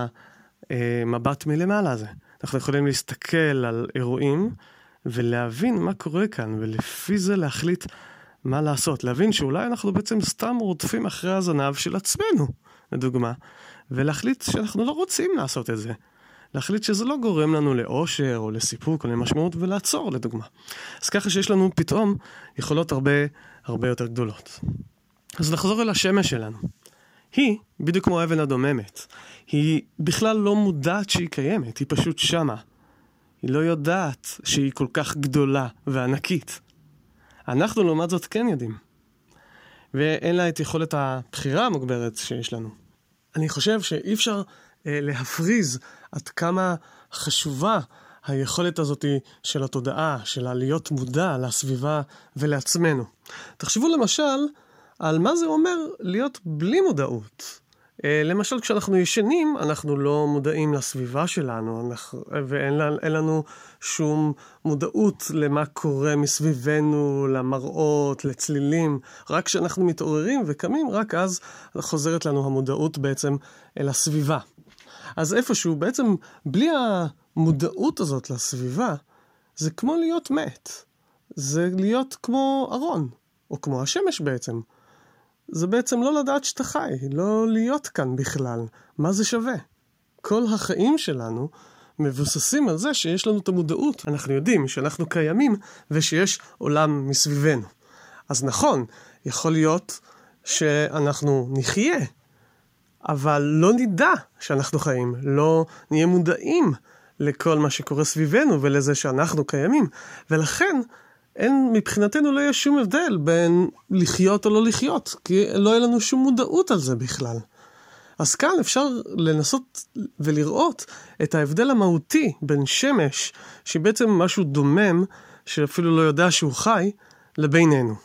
המבט מלמעלה הזה. אנחנו יכולים להסתכל על אירועים, ולהבין מה קורה כאן, ולפי זה להחליט מה לעשות. להבין שאולי אנחנו בעצם סתם רודפים אחרי הזנב של עצמנו, לדוגמה, ולהחליט שאנחנו לא רוצים לעשות את זה. להחליט שזה לא גורם לנו לאושר, או לסיפוק, או למשמעות, ולעצור, לדוגמה. אז ככה שיש לנו פתאום יכולות הרבה יותר גדולות. אז נחזור אל השמש שלנו. היא, בדיוק כמו האבן הדוממת, היא בכלל לא מודעת שהיא קיימת, היא פשוט שמה. היא לא יודעת שהיא כל כך גדולה וענקית. אנחנו לעומת זאת כן יודעים. ואין לה את יכולת הבחירה המוגברת שיש לנו. אני חושב שאי אפשר להפריז עד כמה חשובה היכולת הזאת של התודעה, של להיות מודע לסביבה ולעצמנו. תחשבו למשל על מה זה אומר להיות בלי מודעות. למשל, כשאנחנו ישנים, אנחנו לא מודעים לסביבה שלנו, ואין לנו שום מודעות למה קורה מסביבנו, למראות, לצלילים. רק כשאנחנו מתעוררים וקמים, רק אז חוזרת לנו המודעות בעצם אל הסביבה. אז איפשהו, בעצם בלי המודעות הזאת לסביבה, זה כמו להיות מת. זה להיות כמו ארון, או כמו השמש בעצם. זה בעצם לא לדעת שאתה חי, לא להיות כאן בכלל. מה זה שווה? כל החיים שלנו מבוססים על זה שיש לנו את המודעות. אנחנו יודעים שאנחנו קיימים ושיש עולם מסביבנו. אז נכון, יכול להיות שאנחנו נחיה, אבל לא נדע שאנחנו חיים, לא נהיה מודעים לכל מה שקורה סביבנו ולזה שאנחנו קיימים. ולכן מבחינתנו לא יהיה שום הבדל בין לחיות או לא לחיות, כי לא יהיה לנו שום מודעות על זה בכלל. אז כאן אפשר לנסות ולראות את ההבדל המהותי בין שמש, שהיא בעצם משהו דומם, שאפילו לא יודע שהוא חי, לבינינו.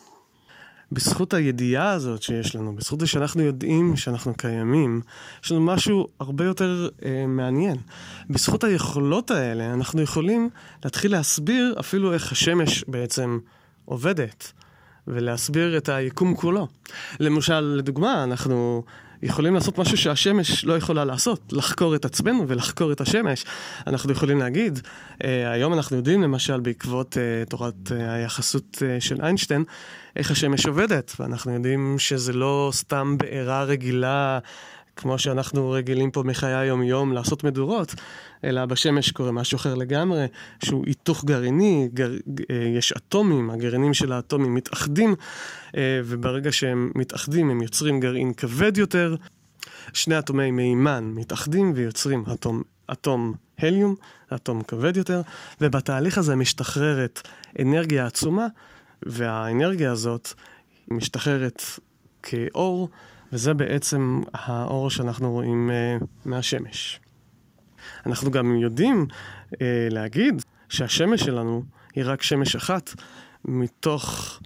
בזכות הידיעה הזאת שיש לנו, בזכות זה שאנחנו יודעים שאנחנו קיימים, יש לנו משהו הרבה יותר מעניין. בזכות היכולות האלה, אנחנו יכולים להתחיל להסביר אפילו איך השמש בעצם עובדת, ולהסביר את היקום כולו. למשל, לדוגמה, אנחנו יכולים לעשות משהו שהשמש לא יכולה לעשות, לחקור את עצמנו ולחקור את השמש. אנחנו יכולים להגיד, היום אנחנו יודעים למשל בעקבות תורת היחסות של איינשטיין, איך השמש עובדת, ואנחנו יודעים שזה לא סתם בעירה רגילה, כמו שאנחנו רגילים פה מחיי היום-יום לעשות מדורות, אלא בשמש קורה משהו אחר לגמרי, שהוא היתוך גרעיני, יש אטומים, הגרעינים של האטומים מתאחדים, וברגע שהם מתאחדים הם יוצרים גרעין כבד יותר, שני אטומי מימן מתאחדים ויוצרים אטום הליום, אטום כבד יותר, ובתהליך הזה משתחררת אנרגיה עצומה, והאנרגיה הזאת משתחררת כאור, וזה בעצם האור שאנחנו רואים מהשמש. אנחנו גם יודעים להגיד שהשמש שלנו היא רק שמש אחת מתוך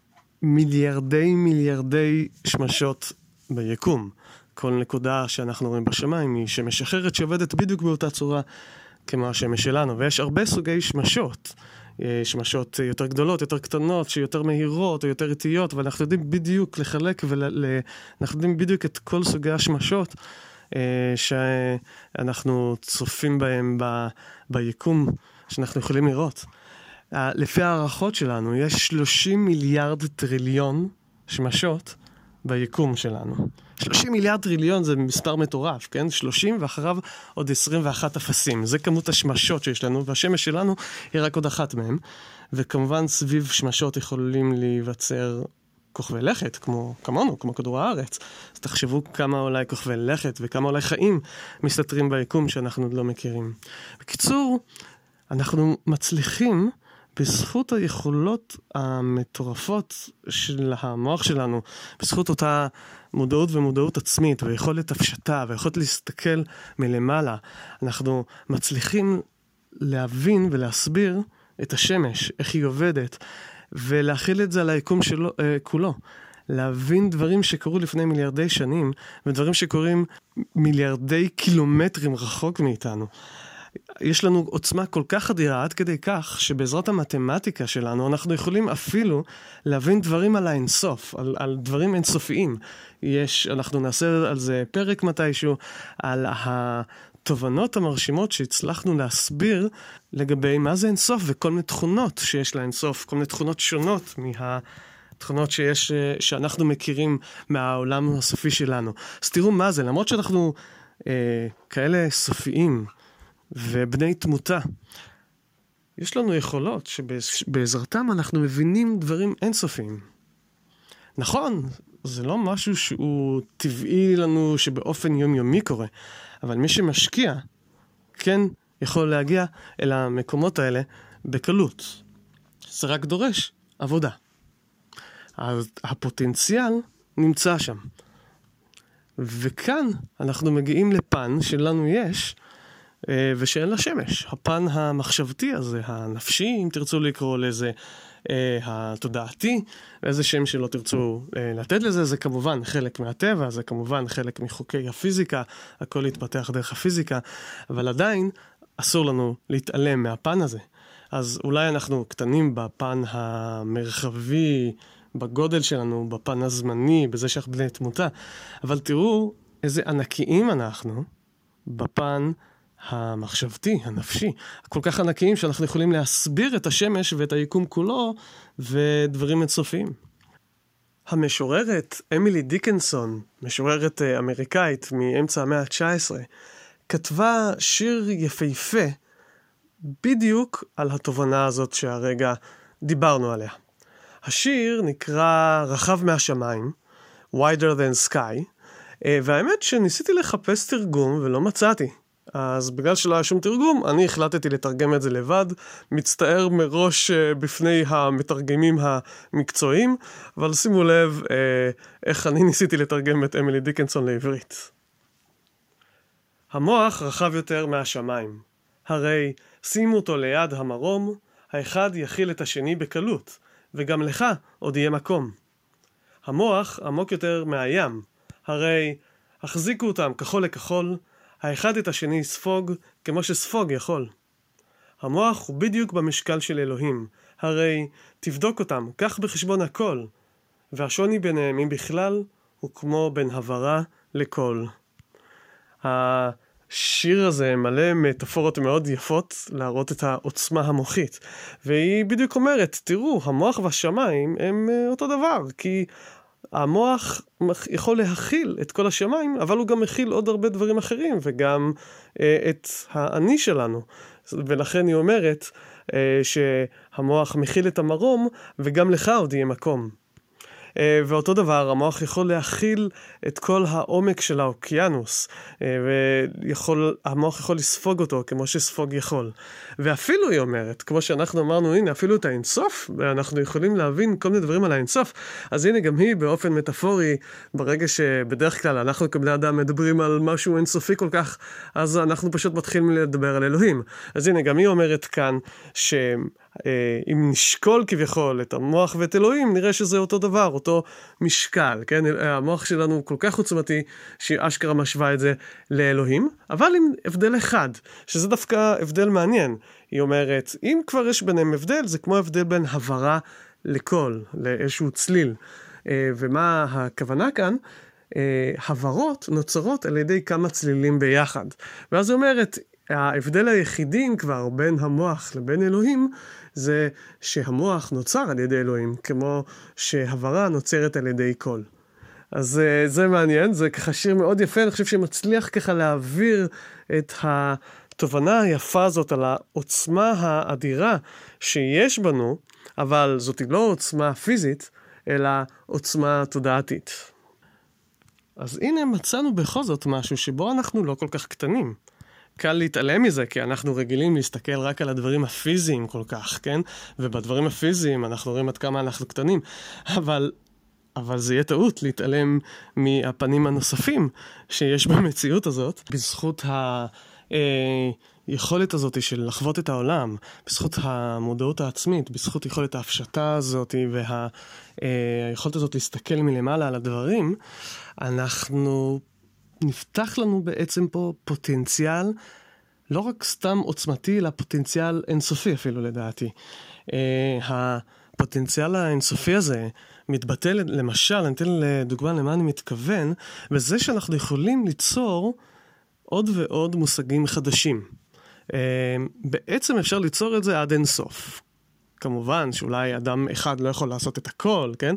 מיליארדי שמשות ביקום. כל נקודה שאנחנו רואים בשמיים היא שמש אחרת שעובדת בדיוק באותה צורה כמו השמש שלנו. ויש הרבה סוגי שמשות. שמשות יותר גדולות, יותר קטנות, שיותר מהירות או יותר איטיות, ואנחנו יודעים בדיוק לחלק אנחנו יודעים בדיוק את כל סוגי השמשות שאנחנו צופים בהם ביקום שאנחנו יכולים לראות. לפי הערכות שלנו יש 30 מיליארד טריליון שמשות ביקום שלנו. 30 מיליארד טריליון זה מספר מטורף, כן? 30 ואחריו עוד 21 אפסים. זה כמות השמשות שיש לנו, והשמש שלנו היא רק עוד אחת מהם. וכמובן סביב שמשות יכולים להיווצר כוכבי לכת, כמונו, כמו כדור הארץ. אז תחשבו כמה אולי כוכבי לכת וכמה אולי חיים מסתתרים ביקום שאנחנו עוד לא מכירים. בקיצור, אנחנו מצליחים בזכות היכולות המטורפות של המוח שלנו, בזכות אותה מודעות ומודעות עצמית, ויכולת הפשטה, ויכולת להסתכל מלמעלה, אנחנו מצליחים להבין ולהסביר את השמש, איך היא עובדת, ולהכיל את זה על היקום שלו, כולו. להבין דברים שקורו לפני מיליארדי שנים, ודברים שקורים מיליארדי קילומטרים רחוק מאיתנו. יש לנו עוצמה כל כך אדירה עד כדי כך שבעזרת המתמטיקה שלנו אנחנו יכולים אפילו להבין דברים על האינסוף, על דברים אינסופיים. אנחנו נעשה על זה פרק מתישהו, על התובנות המרשימות שהצלחנו להסביר לגבי מה זה אינסוף וכל מיני תכונות שיש לאינסוף, כל מיני תכונות שונות תכונות שאנחנו מכירים מהעולם הסופי שלנו. אז תראו מה זה, למרות שאנחנו כאלה סופיים, ובני תמותה. יש לנו יכולות שבעזרתם אנחנו מבינים דברים אינסופיים. נכון, זה לא משהו שהוא טבעי לנו שבאופן יומיומי קורה, אבל מי שמשקיע כן יכול להגיע אל המקומות האלה בקלות. זה רק דורש עבודה. הפוטנציאל נמצא שם. וכאן אנחנו מגיעים לפן שלנו יש, ושאין לשמש. הפן המחשבתי הזה, הנפשי, אם תרצו לקרוא לזה, התודעתי, איזה שם שלא תרצו לתת לזה, זה כמובן חלק מהטבע, זה כמובן חלק מחוקי הפיזיקה, הכל יתפתח דרך הפיזיקה, אבל עדיין אסור לנו להתעלם מהפן הזה. אז אולי אנחנו קטנים בפן המרחבי, בגודל שלנו, בפן הזמני, בזה שאנחנו בני תמותה, אבל תראו איזה ענקיים אנחנו בפן המחשבתי, הנפשי, כל כך ענקיים שאנחנו יכולים להסביר את השמש ואת היקום כולו ודברים אינסופיים. המשוררת אמילי דיקנסון, משוררת אמריקאית מאמצע המאה ה-19, כתבה שיר יפהפה בדיוק על התובנה הזאת שהרגע דיברנו עליה. השיר נקרא רחב מהשמיים, Wider than Sky, והאמת שניסיתי לחפש תרגום ולא מצאתי. אז בגלל שלא היה שום תרגום, אני החלטתי לתרגם את זה לבד, מצטער מראש בפני המתרגמים המקצועיים, אבל שימו לב איך אני ניסיתי לתרגם את אמילי דיקנסון לעברית. המוח רחב יותר מהשמיים. הרי שימו אותו ליד המרום, האחד יכיל את השני בקלות, וגם לך עוד יהיה מקום. המוח עמוק יותר מהים, הרי החזיקו אותם כחול לכחול, האחד את השני יספוג כמו שספוג יכול. המוח הוא בדיוק במשקל של אלוהים, הרי תבדוק אותם, קח בחשבון הכל, והשוני ביניהם אם בכלל הוא כמו בין הברה לקול. השיר הזה מלא מטאפורות מאוד יפות להראות את העוצמה המוחית. והיא בדיוק אומרת, תראו, המוח והשמיים הם אותו דבר, כי המוח יכול להכיל את כל השמיים, אבל הוא גם מכיל עוד הרבה דברים אחרים, וגם את האני שלנו. ולכן היא אומרת שהמוח מכיל את המרום, וגם לך עוד יהיה מקום. ואותו דבר, המוח יכול להכיל את כל העומק של האוקיינוס, והמוח יכול לספוג אותו כמו שספוג יכול. ואפילו היא אומרת, כמו שאנחנו אמרנו, הנה, אפילו את האינסוף, ואנחנו יכולים להבין כל מיני דברים על האינסוף, אז הנה גם היא באופן מטאפורי, ברגע שבדרך כלל אנחנו כבני אדם מדברים על משהו אינסופי כל כך, אז אנחנו פשוט מתחילים לדבר על אלוהים. אז הנה, גם היא אומרת כאן אם נשקול כביכול את המוח ואת אלוהים, נראה שזה אותו דבר, אותו משקל, כן? המוח שלנו הוא כל כך עוצמתי, שהיא אשכרה משווה את זה לאלוהים, אבל עם הבדל אחד, שזה דווקא הבדל מעניין. היא אומרת, אם כבר יש ביניהם הבדל, זה כמו הבדל בין הברה לקול, לאיזשהו צליל. ומה הכוונה כאן? הברות נוצרות על ידי כמה צלילים ביחד. ואז היא אומרת, ההבדל היחידי כבר בין המוח לבין אלוהים, זה שהמוח נוצר על ידי אלוהים, כמו שהברה נוצרת על ידי קול. אז זה מעניין, זה ככה שיר מאוד יפה, אני חושב שמצליח ככה להעביר את התובנה היפה הזאת על העוצמה האדירה שיש בנו, אבל זאת היא לא עוצמה פיזית, אלא עוצמה תודעתית. אז הנה מצאנו בכל זאת משהו שבו אנחנו לא כל כך קטנים. קל להתעלם מזה, כי אנחנו רגילים להסתכל רק על הדברים הפיזיים כל כך, כן? ובדברים הפיזיים אנחנו רואים עד כמה אנחנו קטנים. אבל זה יהיה טעות להתעלם מהפנים הנוספים שיש במציאות הזאת, בזכות היכולת הזאת של לחוות את העולם, בזכות המודעות העצמית, בזכות יכולת ההפשטה הזאת והיכולת הזאת להסתכל מלמעלה על הדברים, אנחנו נפתח לנו בעצם פה פוטנציאל, לא רק סתם עוצמתי, אלא פוטנציאל אינסופי אפילו לדעתי. הפוטנציאל האינסופי הזה מתבטא למשל, אני אתן לדוגמה למה אני מתכוון, בזה שאנחנו יכולים ליצור עוד ועוד מושגים חדשים. בעצם אפשר ליצור את זה עד אינסוף. כמובן שאולי אדם אחד לא יכול לעשות את הכל, כן?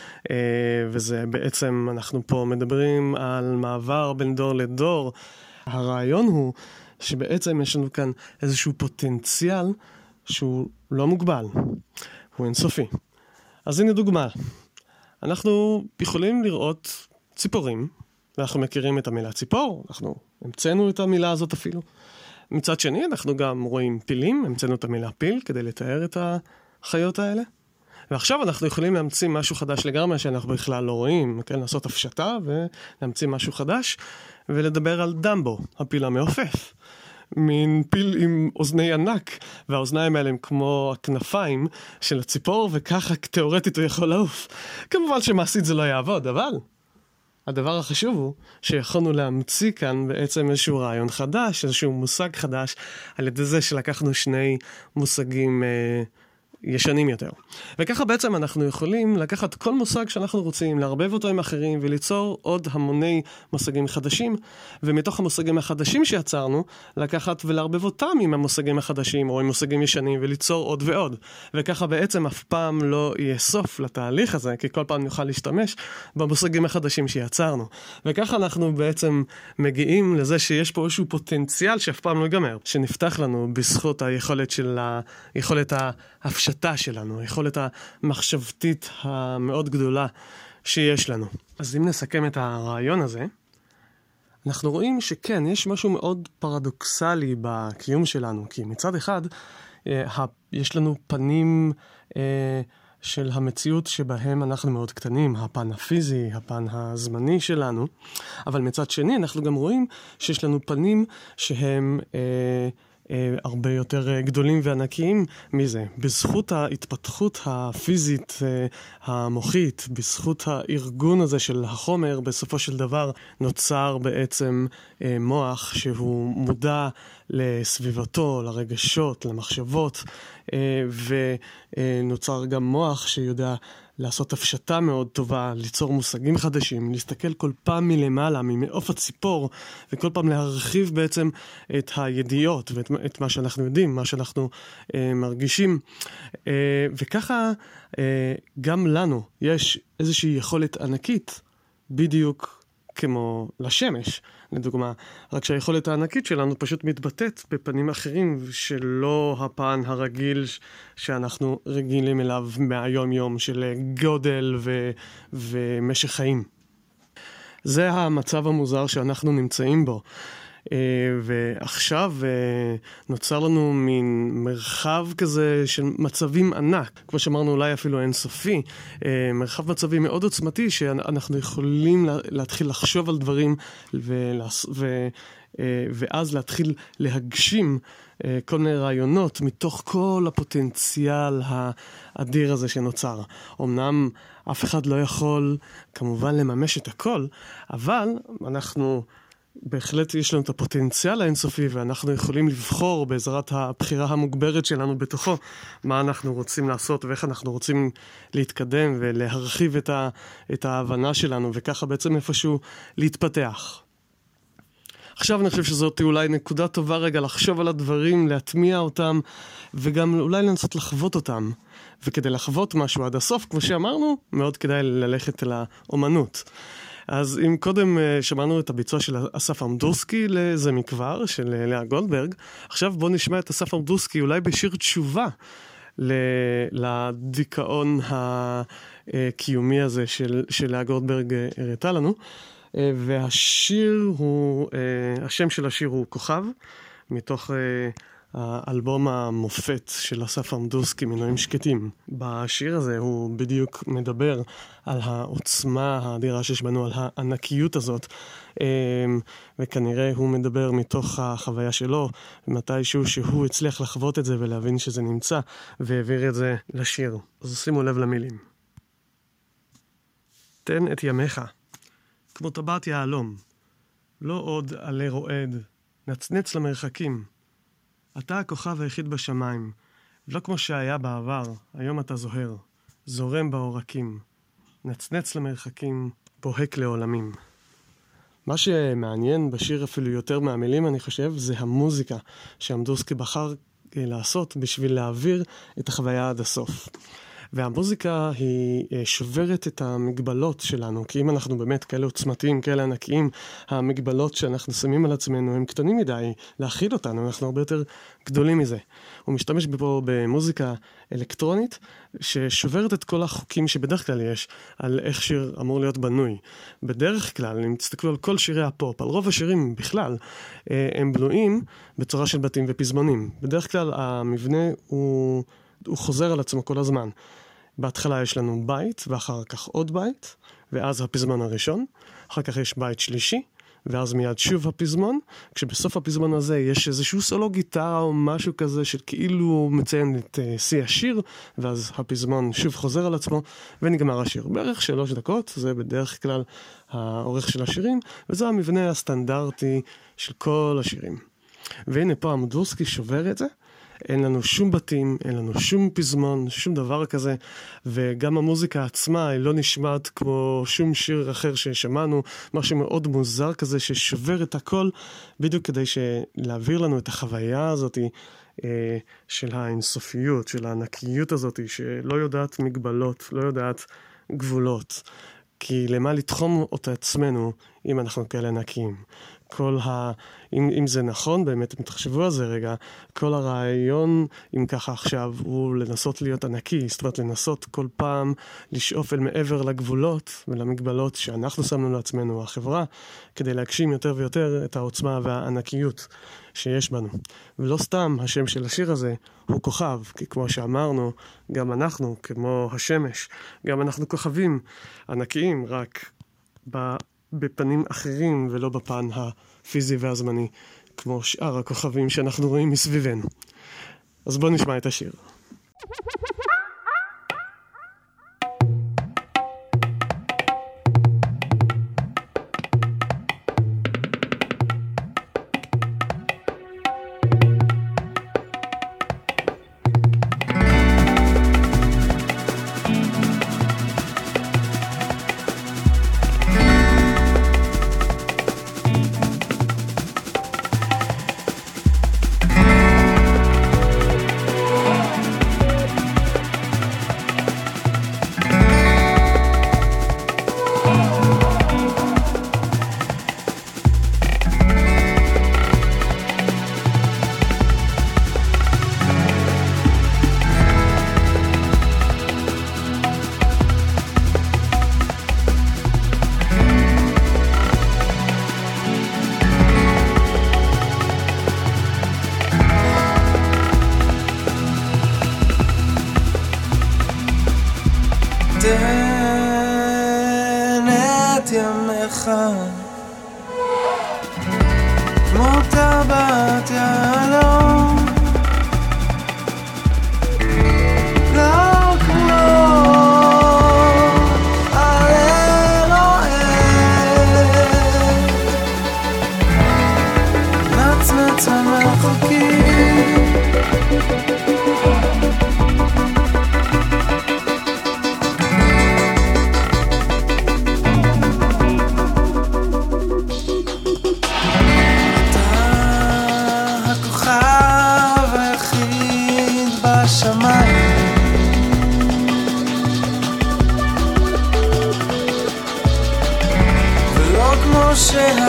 וזה בעצם, אנחנו פה מדברים על מעבר בין דור לדור. הרעיון הוא שבעצם יש לנו כאן איזשהו פוטנציאל שהוא לא מוגבל, הוא אינסופי. אז הנה דוגמה. אנחנו יכולים לראות ציפורים, ואנחנו מכירים את המילה ציפור, אנחנו המצאנו את המילה הזאת אפילו. מצד שני, אנחנו גם רואים פילים, המצאנו את המילה פיל כדי לתאר את החיות האלה. ועכשיו אנחנו יכולים להמציא משהו חדש לגמרי שאנחנו בכלל לא רואים, כן? לעשות הפשטה ולהמציא משהו חדש, ולדבר על דמבו, הפיל המעופף. מין פיל עם אוזני ענק, והאוזניים האלה הם כמו הכנפיים של הציפור, וככה תיאורטית הוא יכול לעוף. כמובן שמעשית זה לא יעבוד, אבל הדבר החשוב הוא שיכולנו להמציא כאן בעצם איזשהו רעיון חדש, איזשהו מושג חדש, על ידי זה שלקחנו שני מושגים ישנים יותר. וככה בעצם אנחנו יכולים לקחת כל מושג שאנחנו רוצים, לערבב אותו עם אחרים וליצור עוד המוני מושגים חדשים, ומתוך המושגים החדשים שיצרנו, לקחת ולערבב אותם עם המושגים החדשים או עם מושגים ישנים וליצור עוד ועוד. וככה בעצם אף פעם לא יהיה סוף לתהליך הזה, כי כל פעם נוכל להשתמש במושגים החדשים שיצרנו. וככה אנחנו בעצם מגיעים לזה שיש פה איזשהו פוטנציאל שאף פעם לא ייגמר, שנפתח לנו בזכות היכולת ההפשטה שלנו, היכולת המחשבתית המאוד גדולה שיש לנו. אז אם נסכם את הרעיון הזה, אנחנו רואים שכן, יש משהו מאוד פרדוקסלי בקיום שלנו, כי מצד אחד, יש לנו פנים של המציאות שבהם אנחנו מאוד קטנים, הפן הפיזי, הפן הזמני שלנו, אבל מצד שני אנחנו גם רואים שיש לנו פנים שהם הרבה יותר גדולים וענקיים מזה. בזכות ההתפתחות הפיזית המוחית, בזכות הארגון הזה של החומר, בסופו של דבר נוצר בעצם מוח שהוא מודע לסביבתו, לרגשות, למחשבות, ונוצר גם מוח שיודע לעשות הפשטה מאוד טובה, ליצור מושגים חדשים, להסתכל כל פעם מלמעלה, ממעוף הציפור, וכל פעם להרחיב בעצם את הידיעות ואת מה שאנחנו יודעים, מה שאנחנו מרגישים. וככה גם לנו יש איזושהי יכולת ענקית, בדיוק כמו לשמש, לדוגמה, רק שהיכולת הענקית שלנו פשוט מתבטאת בפנים אחרים שלא הפן הרגיל שאנחנו רגילים אליו מהיום יום של גודל ומשך חיים. זה המצב המוזר שאנחנו נמצאים בו. ועכשיו נוצר לנו מין מרחב כזה של מצבים ענק, כמו שאמרנו אולי אפילו אינסופי, מרחב מצבי מאוד עוצמתי שאנחנו יכולים להתחיל לחשוב על דברים ואז להתחיל להגשים כל מיני רעיונות מתוך כל הפוטנציאל האדיר הזה שנוצר. אמנם אף אחד לא יכול כמובן לממש את הכל, אבל אנחנו בהחלט יש לנו את הפוטנציאל האינסופי, ואנחנו יכולים לבחור בעזרת הבחירה המוגברת שלנו בתוכו מה אנחנו רוצים לעשות ואיך אנחנו רוצים להתקדם ולהרחיב את ההבנה שלנו, וככה בעצם איפשהו להתפתח. עכשיו אני חושב שזאת אולי נקודה טובה רגע לחשוב על הדברים, להטמיע אותם, וגם אולי לנסות לחוות אותם. וכדי לחוות משהו עד הסוף, כמו שאמרנו, מאוד כדאי ללכת אל האומנות. אז אם קודם שמענו את הביצוע של אסף עמדורסקי לזה מכבר, של לאה גולדברג, עכשיו בואו נשמע את אסף עמדורסקי אולי בשיר תשובה לדיכאון הקיומי הזה של לאה גולדברג הראתה לנו. והשיר הוא, השם של השיר הוא כוכב, מתוך האלבום המופת של אסף עמדורסקי, מנועים שקטים. בשיר הזה הוא בדיוק מדבר על העוצמה האדירה שיש בנו, על הענקיות הזאת, וכנראה הוא מדבר מתוך החוויה שלו, מתישהו שהוא הצליח לחוות את זה ולהבין שזה נמצא, והעביר את זה לשיר. אז שימו לב למילים. תן את ימיך, כמו טבעת יהלום, לא עוד עלה רועד, נצנץ למרחקים. אתה הכוכב היחיד בשמיים, ולא כמו שהיה בעבר, היום אתה זוהר, זורם בעורקים, נצנץ למרחקים, בוהק לעולמים. מה שמעניין בשיר אפילו יותר מהמילים, אני חושב, זה המוזיקה שעמדורסקי בחר לעשות בשביל להעביר את החוויה עד הסוף. והמוזיקה היא שוברת את המגבלות שלנו, כי אם אנחנו באמת כאלה עוצמתיים, כאלה ענקיים, המגבלות שאנחנו שמים על עצמנו הם קטנים מדי להכיל אותנו, אנחנו הרבה יותר גדולים מזה. הוא משתמש פה במוזיקה אלקטרונית ששוברת את כל החוקים שבדרך כלל יש על איך שיר אמור להיות בנוי. בדרך כלל, אם תסתכלו על כל שירי הפופ, על רוב השירים בכלל, הם בנויים בצורה של בתים ופזמונים. בדרך כלל המבנה הוא חוזר על עצמו כל הזמן. בהתחלה יש לנו בית, ואחר כך עוד בית, ואז הפזמון הראשון, אחר כך יש בית שלישי, ואז מיד שוב הפזמון, כשבסוף הפזמון הזה יש איזשהו סולו גיטרה או משהו כזה שכאילו מציין את שיא השיר, ואז הפזמון שוב חוזר על עצמו, ונגמר השיר. בערך 3 דקות, זה בדרך כלל האורך של השירים, וזה המבנה הסטנדרטי של כל השירים. והנה פה עמדורסקי שובר את זה, אין לנו שום בתים, אין לנו שום פזמון, שום דבר כזה, וגם המוזיקה עצמה היא לא נשמעת כמו שום שיר אחר ששמענו, משהו מאוד מוזר כזה ששובר את הכל, בדיוק כדי להעביר לנו את החוויה הזאת של האינסופיות, של הענקיות הזאת, שלא יודעת מגבלות, לא יודעת גבולות. כי למה לתחום אותה עצמנו אם אנחנו כאלה ענקיים? אם זה נכון, באמת, אם תחשבו על זה רגע, כל הרעיון, אם ככה עכשיו, הוא לנסות להיות ענקי, זאת אומרת, לנסות כל פעם לשאוף אל מעבר לגבולות ולמגבלות שאנחנו שמנו לעצמנו, החברה, כדי להגשים יותר ויותר את העוצמה והענקיות שיש בנו. ולא סתם השם של השיר הזה הוא כוכב, כי כמו שאמרנו, גם אנחנו, כמו השמש, גם אנחנו כוכבים ענקיים, רק בפנים אחרים ולא בפן הפיזי והזמני, כמו שאר הכוכבים שאנחנו רואים מסביבנו. אז בואו נשמע את השיר.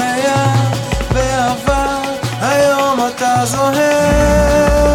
צומח בעבר, היום אתה זוהר.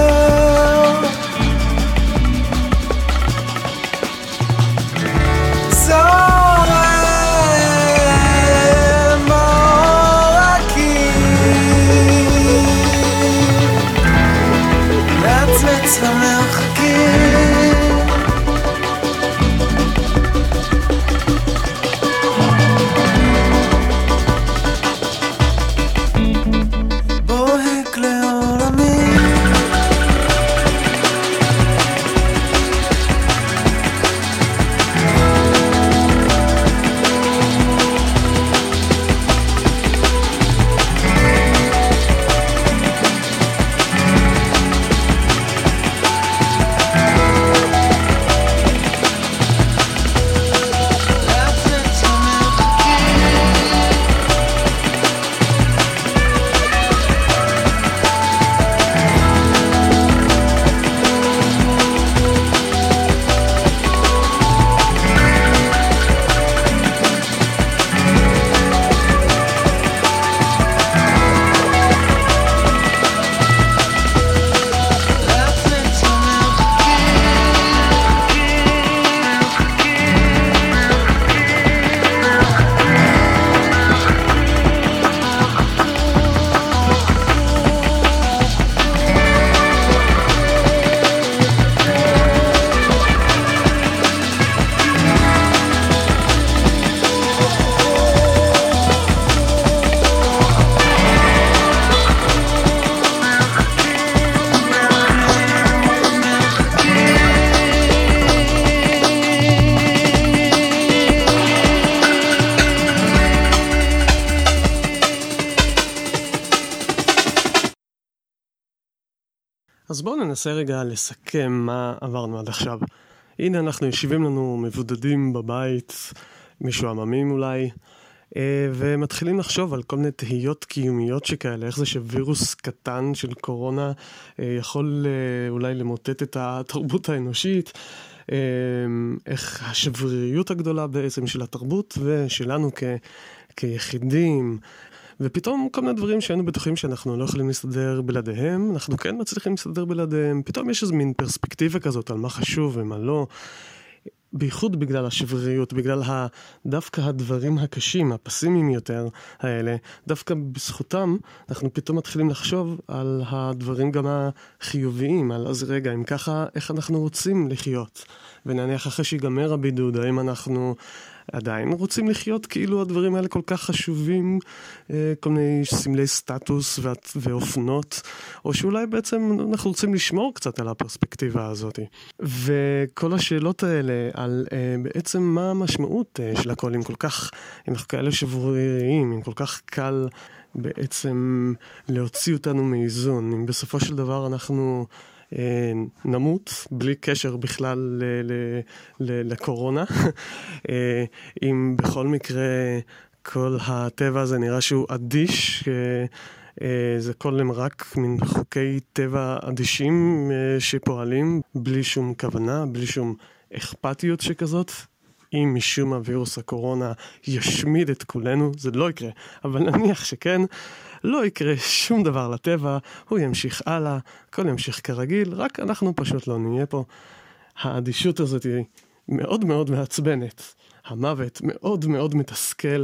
אז בואו ננסה רגע לסכם מה עברנו עד עכשיו. הנה אנחנו יושבים לנו מבודדים בבית, משועממים אולי, ומתחילים לחשוב על כל מיני תהיות קיומיות שכאלה, איך זה שווירוס קטן של קורונה יכול אולי למוטט את התרבות האנושית, איך השבריריות הגדולה בעצם של התרבות ושלנו כיחידים, ופתאום כל מיני דברים שהיינו בטוחים שאנחנו לא יכולים להסתדר בלעדיהם, אנחנו כן מצליחים להסתדר בלעדיהם, פתאום יש איזו מין פרספקטיבה כזאת על מה חשוב ומה לא, בייחוד בגלל השבריריות, בגלל דווקא הדברים הקשים, הפסימיים יותר האלה, דווקא בזכותם אנחנו פתאום מתחילים לחשוב על הדברים גם החיוביים, על אז רגע, אם ככה, איך אנחנו רוצים לחיות, ונניח אחרי שיגמר הבידוד, האם אנחנו עדיין רוצים לחיות כאילו הדברים האלה כל כך חשובים, כל מיני סמלי סטטוס ואופנות, או שאולי בעצם אנחנו רוצים לשמור קצת על הפרספקטיבה הזאת. וכל השאלות האלה על בעצם מה המשמעות של הכל, אם כל כך, אם אנחנו כאלה שבריריים, אם כל כך קל בעצם להוציא אותנו מאיזון, אם בסופו של דבר אנחנו נמות, בלי קשר בכלל לקורונה. אם בכל מקרה כל הטבע הזה נראה שהוא אדיש, זה כל הם רק מן חוקי טבע אדישים שפועלים בלי שום כוונה, בלי שום אכפתיות שכזאת. אם משום הווירוס הקורונה ישמיד את כולנו, זה לא יקרה, אבל נניח שכן, לא יקרה שום דבר לטבע, הוא ימשיך הלאה, הכל ימשיך כרגיל, רק אנחנו פשוט לא נהיה פה. האדישות הזאת היא מאוד מאוד מעצבנת, המוות מאוד מאוד מתסכל,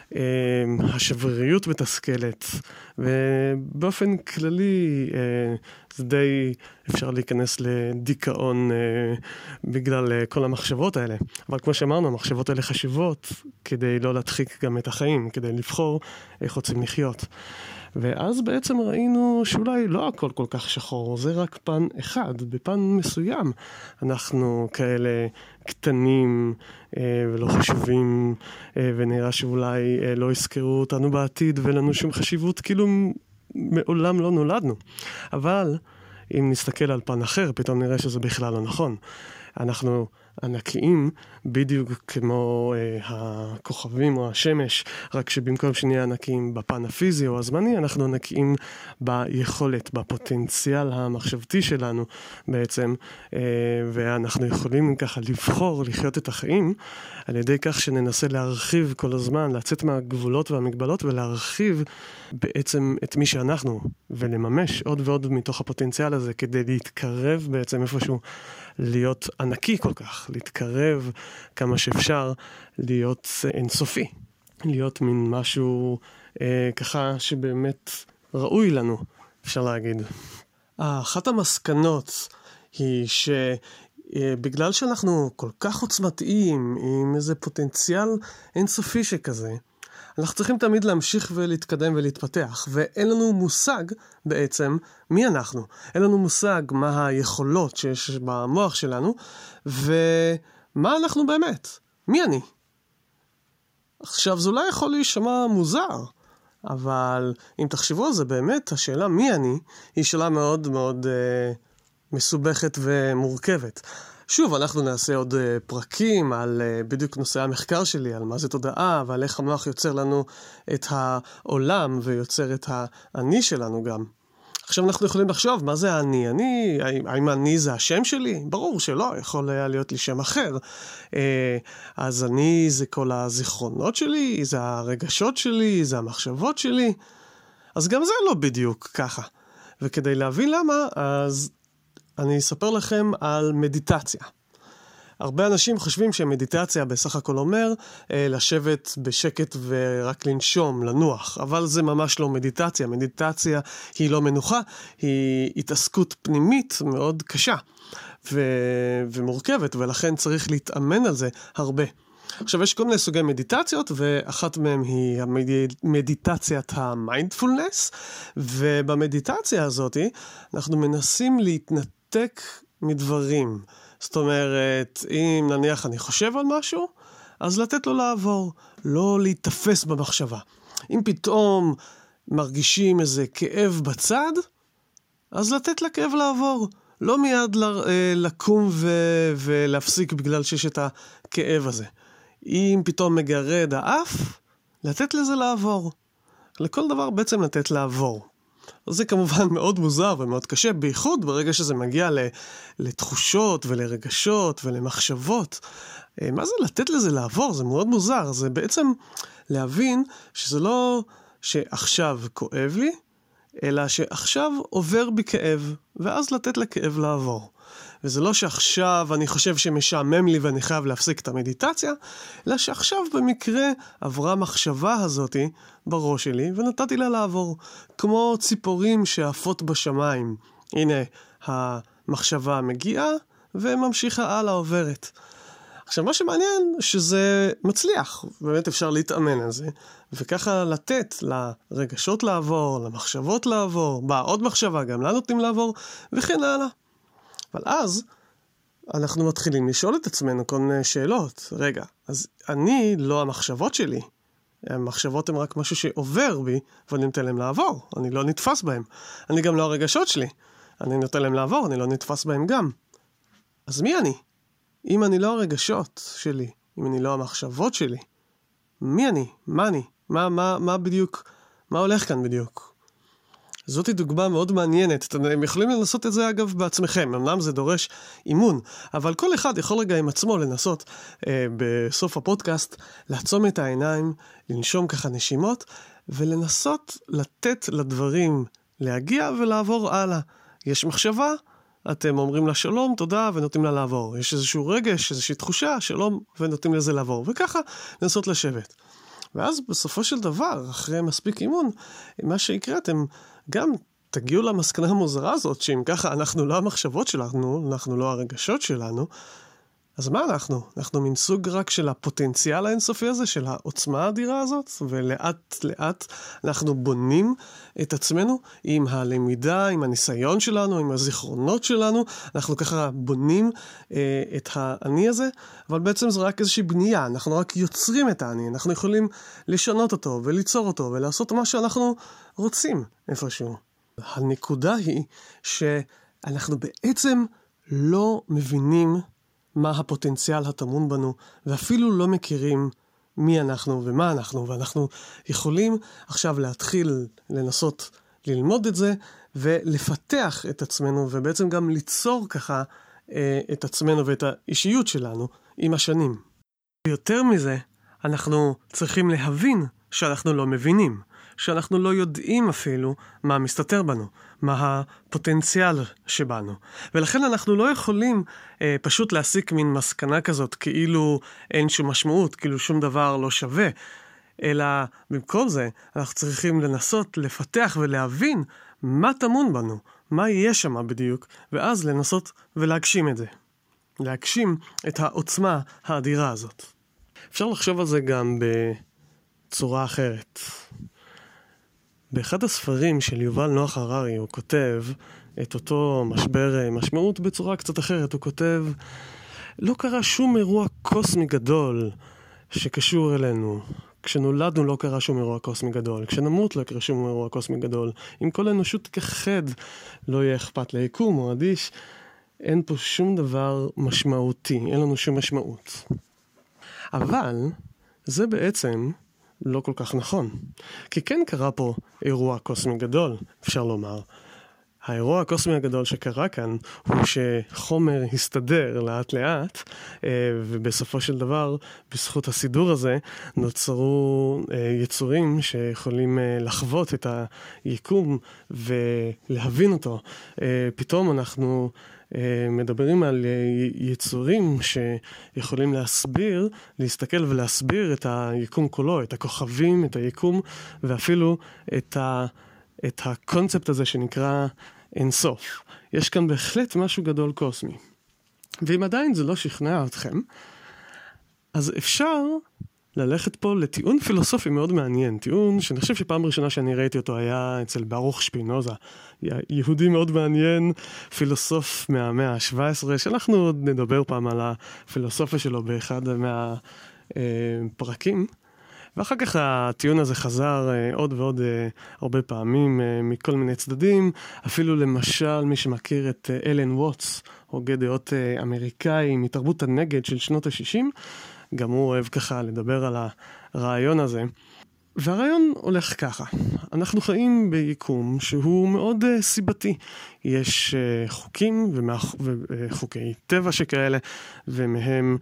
השבריריות מתסכלת, ובאופן כללי זה די אפשר להיכנס לדיכאון בגלל כל המחשבות האלה. אבל כמו שאמרנו, המחשבות האלה חשובות כדי לא להדחיק גם את החיים, כדי לבחור איך רוצים לחיות. ואז בעצם ראינו שאולי לא הכל כל כך שחור, זה רק פן אחד, בפן מסוים. אנחנו כאלה קטנים ולא חשובים, ונראה שאולי לא יזכרו אותנו בעתיד ולנו שום חשיבות, כאילו מעולם לא נולדנו. אבל אם נסתכל על פן אחר, פתאום נראה שזה בכלל לא נכון. אנחנו ענקיים, בדיוק כמו הכוכבים או השמש, רק שבמקום שנהיה ענקיים בפן הפיזי או הזמני, אנחנו ענקיים ביכולת, בפוטנציאל המחשבתי שלנו בעצם, ואנחנו יכולים ככה לבחור לחיות את החיים על ידי כך שננסה להרחיב כל הזמן, לצאת מהגבולות והמגבלות ולהרחיב בעצם את מי שאנחנו, ולממש עוד ועוד מתוך הפוטנציאל הזה כדי להתקרב בעצם איפשהו להיות ענקי כל כך, להתקרב כמה שאפשר, להיות אינסופי, להיות מין משהו ככה שבאמת ראוי לנו, אפשר להגיד. אחת המסקנות היא שבגלל שאנחנו כל כך עוצמתיים עם איזה פוטנציאל אינסופי שכזה, אנחנו צריכים תמיד להמשיך ולהתקדם ולהתפתח, ואין לנו מושג בעצם מי אנחנו. אין לנו מושג מה היכולות שיש במוח שלנו, ומה אנחנו באמת. מי אני? עכשיו, זה אולי יכול להישמע מוזר, אבל אם תחשבו על זה באמת, השאלה מי אני, היא שאלה מאוד מאוד מסובכת ומורכבת. שוב, אנחנו נעשה עוד פרקים על בדיוק נושא המחקר שלי, על מה זה תודעה, ועל איך המוח יוצר לנו את העולם ויוצר את האני שלנו גם. עכשיו אנחנו יכולים לחשוב, מה זה האני? האם אני זה השם שלי? ברור שלא, יכול היה להיות לי שם אחר. אז אני זה כל הזיכרונות שלי, זה הרגשות שלי, זה המחשבות שלי. אז גם זה לא בדיוק ככה. וכדי להבין למה, אז אני אספר לכם על מדיטציה. הרבה אנשים חושבים שמדיטציה בסך הכל אומר לשבת בשקט ורק לנשום, לנוח, אבל זה ממש לא מדיטציה. מדיטציה היא לא מנוחה, היא התעסקות פנימית מאוד קשה ומורכבת, ולכן צריך להתאמן על זה הרבה. עכשיו, יש כל מיני סוגי מדיטציות, ואחת מהן היא מדיטציית המיינדפולנס, ובמדיטציה הזאת אנחנו מנסים להתנתק מדברים. זאת אומרת, אם נניח אני חושב על משהו, אז לתת לו לעבור, לא להתאפס במחשבה. אם פתאום מרגישים איזה כאב בצד, אז לתת לכאב לעבור. לא מיד לקום ולהפסיק בגלל שיש את הכאב הזה. אם פתאום מגרד האף, לתת לזה לעבור. לכל דבר בעצם לתת לעבור. זה כמובן מאוד מוזר ומאוד קשה, בייחוד ברגע שזה מגיע לתחושות ולרגשות ולמחשבות. מה זה לתת לזה לעבור? זה מאוד מוזר. זה בעצם להבין שזה לא שעכשיו כואב לי, אלא שעכשיו עובר בי כאב, ואז לתת לכאב לעבור. וזה לא שעכשיו אני חושב שמשעמם לי ואני חייב להפסיק את המדיטציה, אלא שעכשיו במקרה עברה מחשבה הזאת בראש שלי ונתתי לה לעבור. כמו ציפורים שעפות בשמיים. הנה, המחשבה מגיעה וממשיכה הלאה עוברת. עכשיו, מה שמעניין שזה מצליח, באמת אפשר להתאמן על זה, וככה לתת לרגשות לעבור, למחשבות לעבור, באה עוד מחשבה, גם לה נותנים לעבור, וכן הלאה. אבל אז אנחנו מתחילים לשאול את עצמנו כל מיני שאלות. רגע, אז אני לא המחשבות שלי. המחשבות הן רק משהו שעובר בי, ואני נותן להם לעבור. אני לא נתפס בהם. אני גם לא הרגשות שלי. אני נותן להם לעבור, אני לא נתפס בהם גם. אז מי אני? אם אני לא הרגשות שלי, אם אני לא המחשבות שלי, מי אני? מה אני? מה בדיוק? מה הולך כאן בדיוק? זאת דוגמה מאוד מעניינת. אתם יכולים לנסות את זה אגב בעצמכם. אמנם זה דורש אימון, אבל כל אחד יכול רגע עם עצמו לנסות בסוף הפודקאסט, לעצום את העיניים, לנשום ככה נשימות, ולנסות לתת לדברים להגיע ולעבור הלאה. יש מחשבה, אתם אומרים לה שלום, תודה, ונותנים לה לעבור. יש איזשהו רגש, איזושהי תחושה, שלום, ונותנים לזה לעבור. וככה לנסות לשבת. ואז בסופו של דבר, אחרי מספיק אימון, מה שיקרה, אתם גם תגיעו למסקנה המוזרה הזאת, שאם ככה אנחנו לא המחשבות שלנו, אנחנו לא הרגשות שלנו, אז מה אנחנו? אנחנו מין סוג רק של הפוטנציאל האינסופי הזה, של העוצמה האדירה הזאת, ולאט לאט אנחנו בונים את עצמנו עם הלמידה, עם הניסיון שלנו, עם הזיכרונות שלנו, אנחנו ככה בונים את האני הזה, אבל בעצם זה רק איזושהי בנייה, אנחנו רק יוצרים את האני, אנחנו יכולים לשנות אותו וליצור אותו ולעשות מה שאנחנו רוצים איפשהו. הנקודה היא שאנחנו בעצם לא מבינים מה הפוטנציאל הטמון בנו, ואפילו לא מכירים מי אנחנו ומה אנחנו, ואנחנו יכולים עכשיו להתחיל לנסות ללמוד את זה, ולפתח את עצמנו, ובעצם גם ליצור ככה את עצמנו ואת האישיות שלנו עם השנים. יותר מזה, אנחנו צריכים להבין שאנחנו לא מבינים, שאנחנו לא יודעים אפילו מה מסתתר בנו, מה הפוטנציאל שבנו. ולכן אנחנו לא יכולים פשוט להסיק מין מסקנה כזאת, כאילו אין שום משמעות, כאילו שום דבר לא שווה, אלא במקום זה אנחנו צריכים לנסות לפתח ולהבין מה טמון בנו, מה יהיה שם בדיוק, ואז לנסות ולהגשים את זה. להגשים את העוצמה האדירה הזאת. אפשר לחשוב על זה גם בצורה אחרת. באחד הספרים של יובל נוח הררי הוא כותב את אותו משבר משמעות בצורה קצת אחרת. הוא כותב, לא קרה שום אירוע קוסמי גדול שקשור אלינו. כשנולדנו לא קרה שום אירוע קוסמי גדול. כשנמות לא קרה שום אירוע קוסמי גדול. אם כל האנושות כחד לא יהיה אכפת ליקום או אדיש, אין פה שום דבר משמעותי. אין לנו שום משמעות. אבל זה בעצם לא כל כך נכון. כי כן קרה פה אירוע קוסמי גדול, אפשר לומר. האירוע הקוסמי הגדול שקרה כאן הוא שחומר הסתדר לאט לאט, ובסופו של דבר, בזכות הסידור הזה, נוצרו יצורים שיכולים לחוות את היקום ולהבין אותו. פתאום אנחנו מדברים על יצורים שיכולים להסתכל ולהסביר את היקום כולו, את הכוכבים, את היקום, ואפילו את הקונספט הזה שנקרא אינסוף. יש כאן בהחלט משהו גדול קוסמי. ואם עדיין זה לא שכנע אתכם, אז אפשר ללכת פה לטיעון פילוסופי מאוד מעניין. טיעון שאני חושב שפעם ראשונה שאני ראיתי אותו היה אצל ברוך שפינוזה. יהודי מאוד מעניין, פילוסוף מהמאה ה-17, שאנחנו עוד נדבר פעם על הפילוסופיה שלו באחד מהפרקים. ואחר כך הטיעון הזה חזר עוד ועוד הרבה פעמים מכל מיני צדדים. אפילו למשל מי שמכיר את אלן ווטס, הוגה דעות אמריקאי מתרבות הנגד של שנות ה-60, גם הוא אוהב ככה לדבר על הרעיון הזה. והרעיון הולך ככה. אנחנו חיים ביקום שהוא מאוד סיבתי. יש חוקים וחוקי טבע שכאלה, ומהם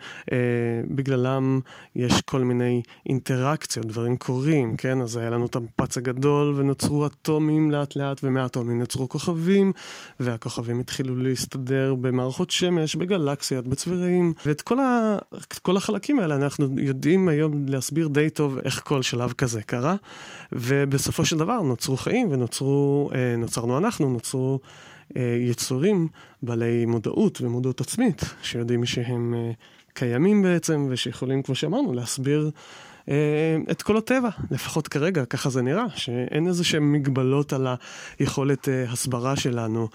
בגללם יש כל מיני אינטראקציות, דברים קורים, כן? אז היה לנו את המפץ הגדול ונוצרו אטומים לאט לאט, ומהאטומים נוצרו כוכבים, והכוכבים התחילו להסתדר במערכות שמש, בגלקסיות, בצבירים, ואת כל החלקים האלה אנחנו יודעים היום להסביר די טוב איך כל שלב כזה קרה, ובסופו של דבר נוצרו חיים ונוצרנו אנחנו, נוצרו יצורים בעלי מודעות ומודעות עצמית, שיודעים שהם קיימים בעצם, ושיכולים, כמו שאמרנו, להסביר את כל הטבע. לפחות כרגע, ככה זה נראה, שאין איזה שהם מגבלות על היכולת הסברה שלנו,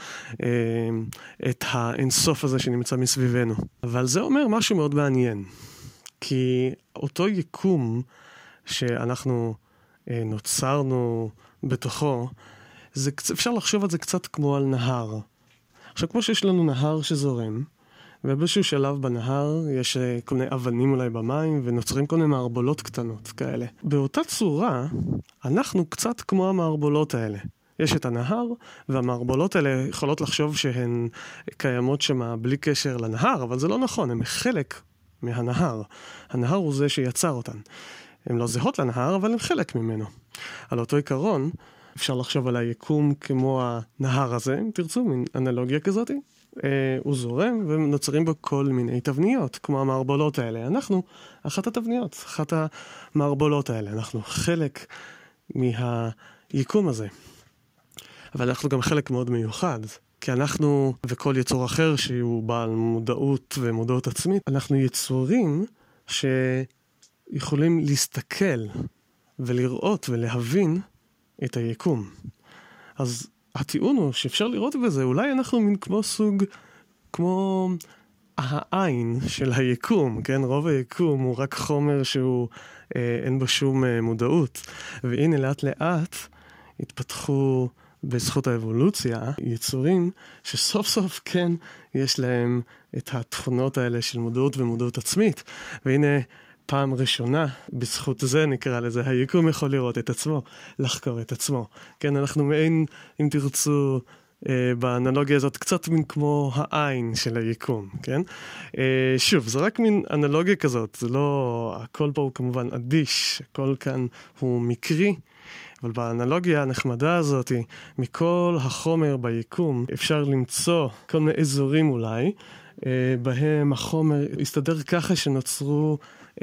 את האינסוף הזה שנמצא מסביבנו. אבל זה אומר משהו מאוד מעניין, כי אותו יקום שאנחנו נוצרנו בתוכו, אפשר לחשוב על זה קצת כמו על נהר. עכשיו, כמו שיש לנו נהר שזורם, ובאיזשהו שלב בנהר יש כל מיני אבנים אולי במים, ונוצרים כל מיני מערבולות קטנות כאלה. באותה צורה, אנחנו קצת כמו המערבולות האלה. יש את הנהר, והמערבולות האלה יכולות לחשוב שהן קיימות שם בלי קשר לנהר, אבל זה לא נכון, הן חלק מהנהר. הנהר הוא זה שיצר אותן. הן לא זהות לנהר, אבל הן חלק ממנו. על אותו עיקרון, אפשר לחשוב על היקום כמו הנהר הזה, אם תרצו, מין אנלוגיה כזאת. הוא זורם ונוצרים בו כל מיני תבניות, כמו המערבולות האלה. אנחנו אחת התבניות, אחת המערבולות האלה. אנחנו חלק מהיקום הזה. אבל אנחנו גם חלק מאוד מיוחד, כי אנחנו וכל יצור אחר שהוא בעל מודעות ומודעות עצמית, אנחנו יצורים שיכולים להסתכל ולראות ולהבין את היקום. אז הטיעון הוא שאפשר לראות בזה, אולי אנחנו מין כמו העין של היקום, כן? רוב היקום הוא רק חומר שהוא אין בו שום מודעות. והנה לאט לאט התפתחו בזכות האבולוציה, יצורים שסוף סוף כן יש להם את התכונות האלה של מודעות ומודעות עצמית. והנה פעם ראשונה, בזכות זה נקרא לזה, היקום יכול לראות את עצמו, לחקור את עצמו. כן, אנחנו מעין, אם תרצו, באנלוגיה הזאת קצת מין כמו העין של היקום, כן? שוב, זה רק מין אנלוגיה כזאת, זה לא, הכל פה הוא כמובן אדיש, הכל כאן הוא מקרי, אבל באנלוגיה הנחמדה הזאת, מכל החומר ביקום, אפשר למצוא כל מיני אזורים אולי, בהם החומר הסתדר ככה שנוצרו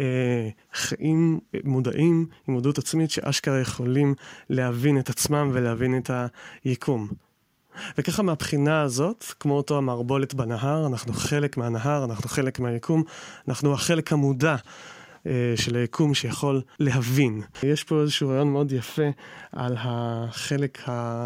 חיים מודעים עם מודעות עצמית שאשכרה יכולים להבין את עצמם ולהבין את היקום. וככה מהבחינה הזאת, כמו אותו המערבולת בנהר, אנחנו חלק מהנהר, אנחנו חלק מהיקום, אנחנו החלק המודע של היקום שיכול להבין. יש פה איזשהו רעיון מאוד יפה על החלק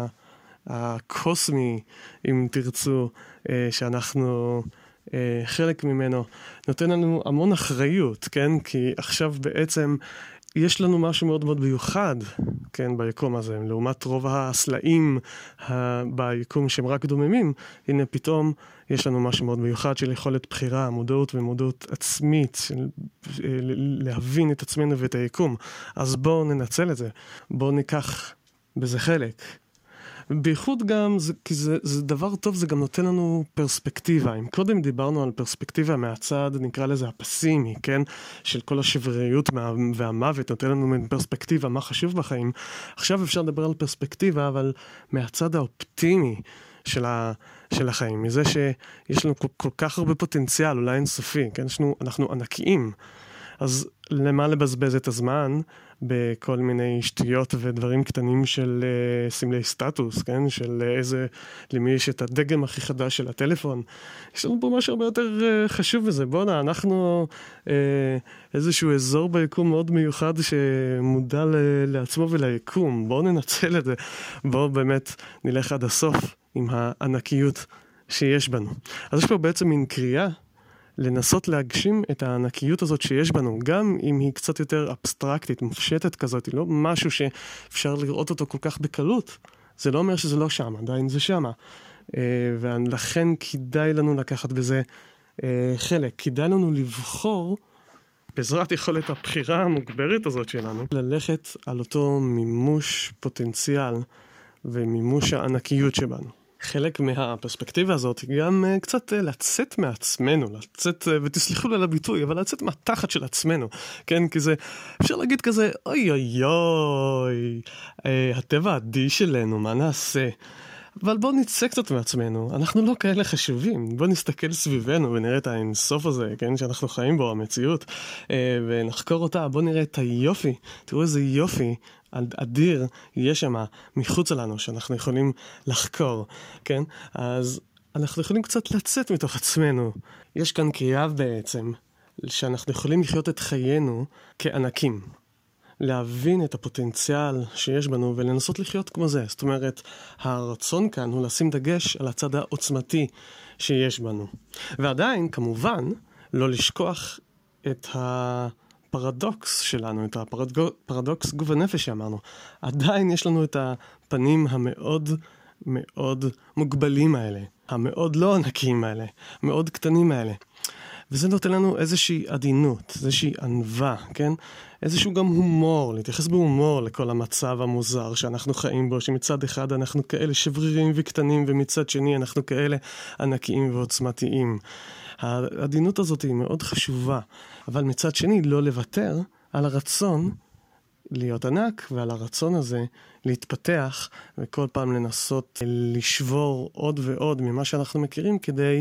הקוסמי, אם תרצו, שאנחנו חלק ממנו. נותן לנו המון אחריות, כן? כי עכשיו בעצם יש לנו משהו מאוד מאוד מיוחד, כן, ביקום הזה. לעומת רוב הסלעים ביקום שהם רק דוממים, הנה פתאום יש לנו משהו מאוד מיוחד של יכולת בחירה, מודעות ומודעות עצמית, של להבין את עצמנו ואת היקום. אז בואו ננצל את זה. בואו ניקח בזה חלק. בייחוד גם, כי זה דבר טוב, זה גם נותן לנו פרספקטיבה. אם קודם דיברנו על פרספקטיבה מהצד, נקרא לזה הפסימי, כן? של כל השבריריות והמוות, נותן לנו פרספקטיבה, מה חשוב בחיים. עכשיו אפשר לדבר על פרספקטיבה, אבל מהצד האופטימי של החיים, מזה שיש לנו כל כך הרבה פוטנציאל, אולי אינסופי, כן? אנחנו ענקיים. אז למה לבזבז את הזמן בכל מיני שטויות ודברים קטנים של סמלי סטטוס, כן? של למי יש את הדגם הכי חדש של הטלפון. יש לנו פה משהו הרבה יותר חשוב בזה. בואו אנחנו איזשהו אזור ביקום מאוד מיוחד שמודע לעצמו וליקום. בואו ננצל את זה. בואו באמת נלך עד הסוף עם הענקיות שיש בנו. אז יש פה בעצם מין קריאה לנסות להגשים את הענקיות הזאת שיש בנו, גם אם היא קצת יותר אבסטרקטית, מופשטת כזאת, היא לא משהו שאפשר לראות אותו כל כך בקלות. זה לא אומר שזה לא שם, עדיין זה שם. ולכן כדאי לנו לקחת בזה חלק. כדאי לנו לבחור, בעזרת יכולת הבחירה המוגברת הזאת שלנו, ללכת על אותו מימוש פוטנציאל ומימוש הענקיות שבנו. חלק מהפרספקטיבה הזאת היא גם קצת לצאת מעצמנו, לצאת, ותסלחו לי על הביטוי, אבל לצאת מהתחת של עצמנו, כן? כי זה, אפשר להגיד כזה, אוי אוי אוי, הטבע העדי שלנו, מה נעשה? אבל בואו נצא קצת מעצמנו, אנחנו לא כאלה חשובים, בואו נסתכל סביבנו ונראה את האינסוף הזה, כן? שאנחנו חיים בו, המציאות, ונחקור אותה, בואו נראה את היופי, תראו איזה יופי, אדיר יש שם מחוץ לנו שאנחנו יכולים לחקור, כן? אז אנחנו יכולים קצת לצאת מתוך עצמנו. יש כאן קריאה בעצם שאנחנו יכולים לחיות את חיינו כענקים. להבין את הפוטנציאל שיש בנו ולנסות לחיות כמו זה. זאת אומרת, הרצון כאן הוא לשים דגש על הצד העוצמתי שיש בנו. ועדיין, כמובן, לא לשכוח את הפרדוקס שלנו, את הפרדוקס גוף הנפש שאמרנו. עדיין יש לנו את הפנים המאוד מאוד מוגבלים האלה, המאוד לא ענקיים האלה, מאוד קטנים האלה. וזה נותן לנו איזושהי עדינות, איזושהי ענווה, כן? איזשהו גם הומור, להתייחס בהומור לכל המצב המוזר שאנחנו חיים בו, שמצד אחד אנחנו כאלה שברירים וקטנים, ומצד שני אנחנו כאלה ענקיים ועוצמתיים. העדינות הזאת היא מאוד חשובה, אבל מצד שני לא לוותר על הרצון להיות ענק, ועל הרצון הזה להתפתח, וכל פעם לנסות לשבור עוד ועוד ממה שאנחנו מכירים, כדי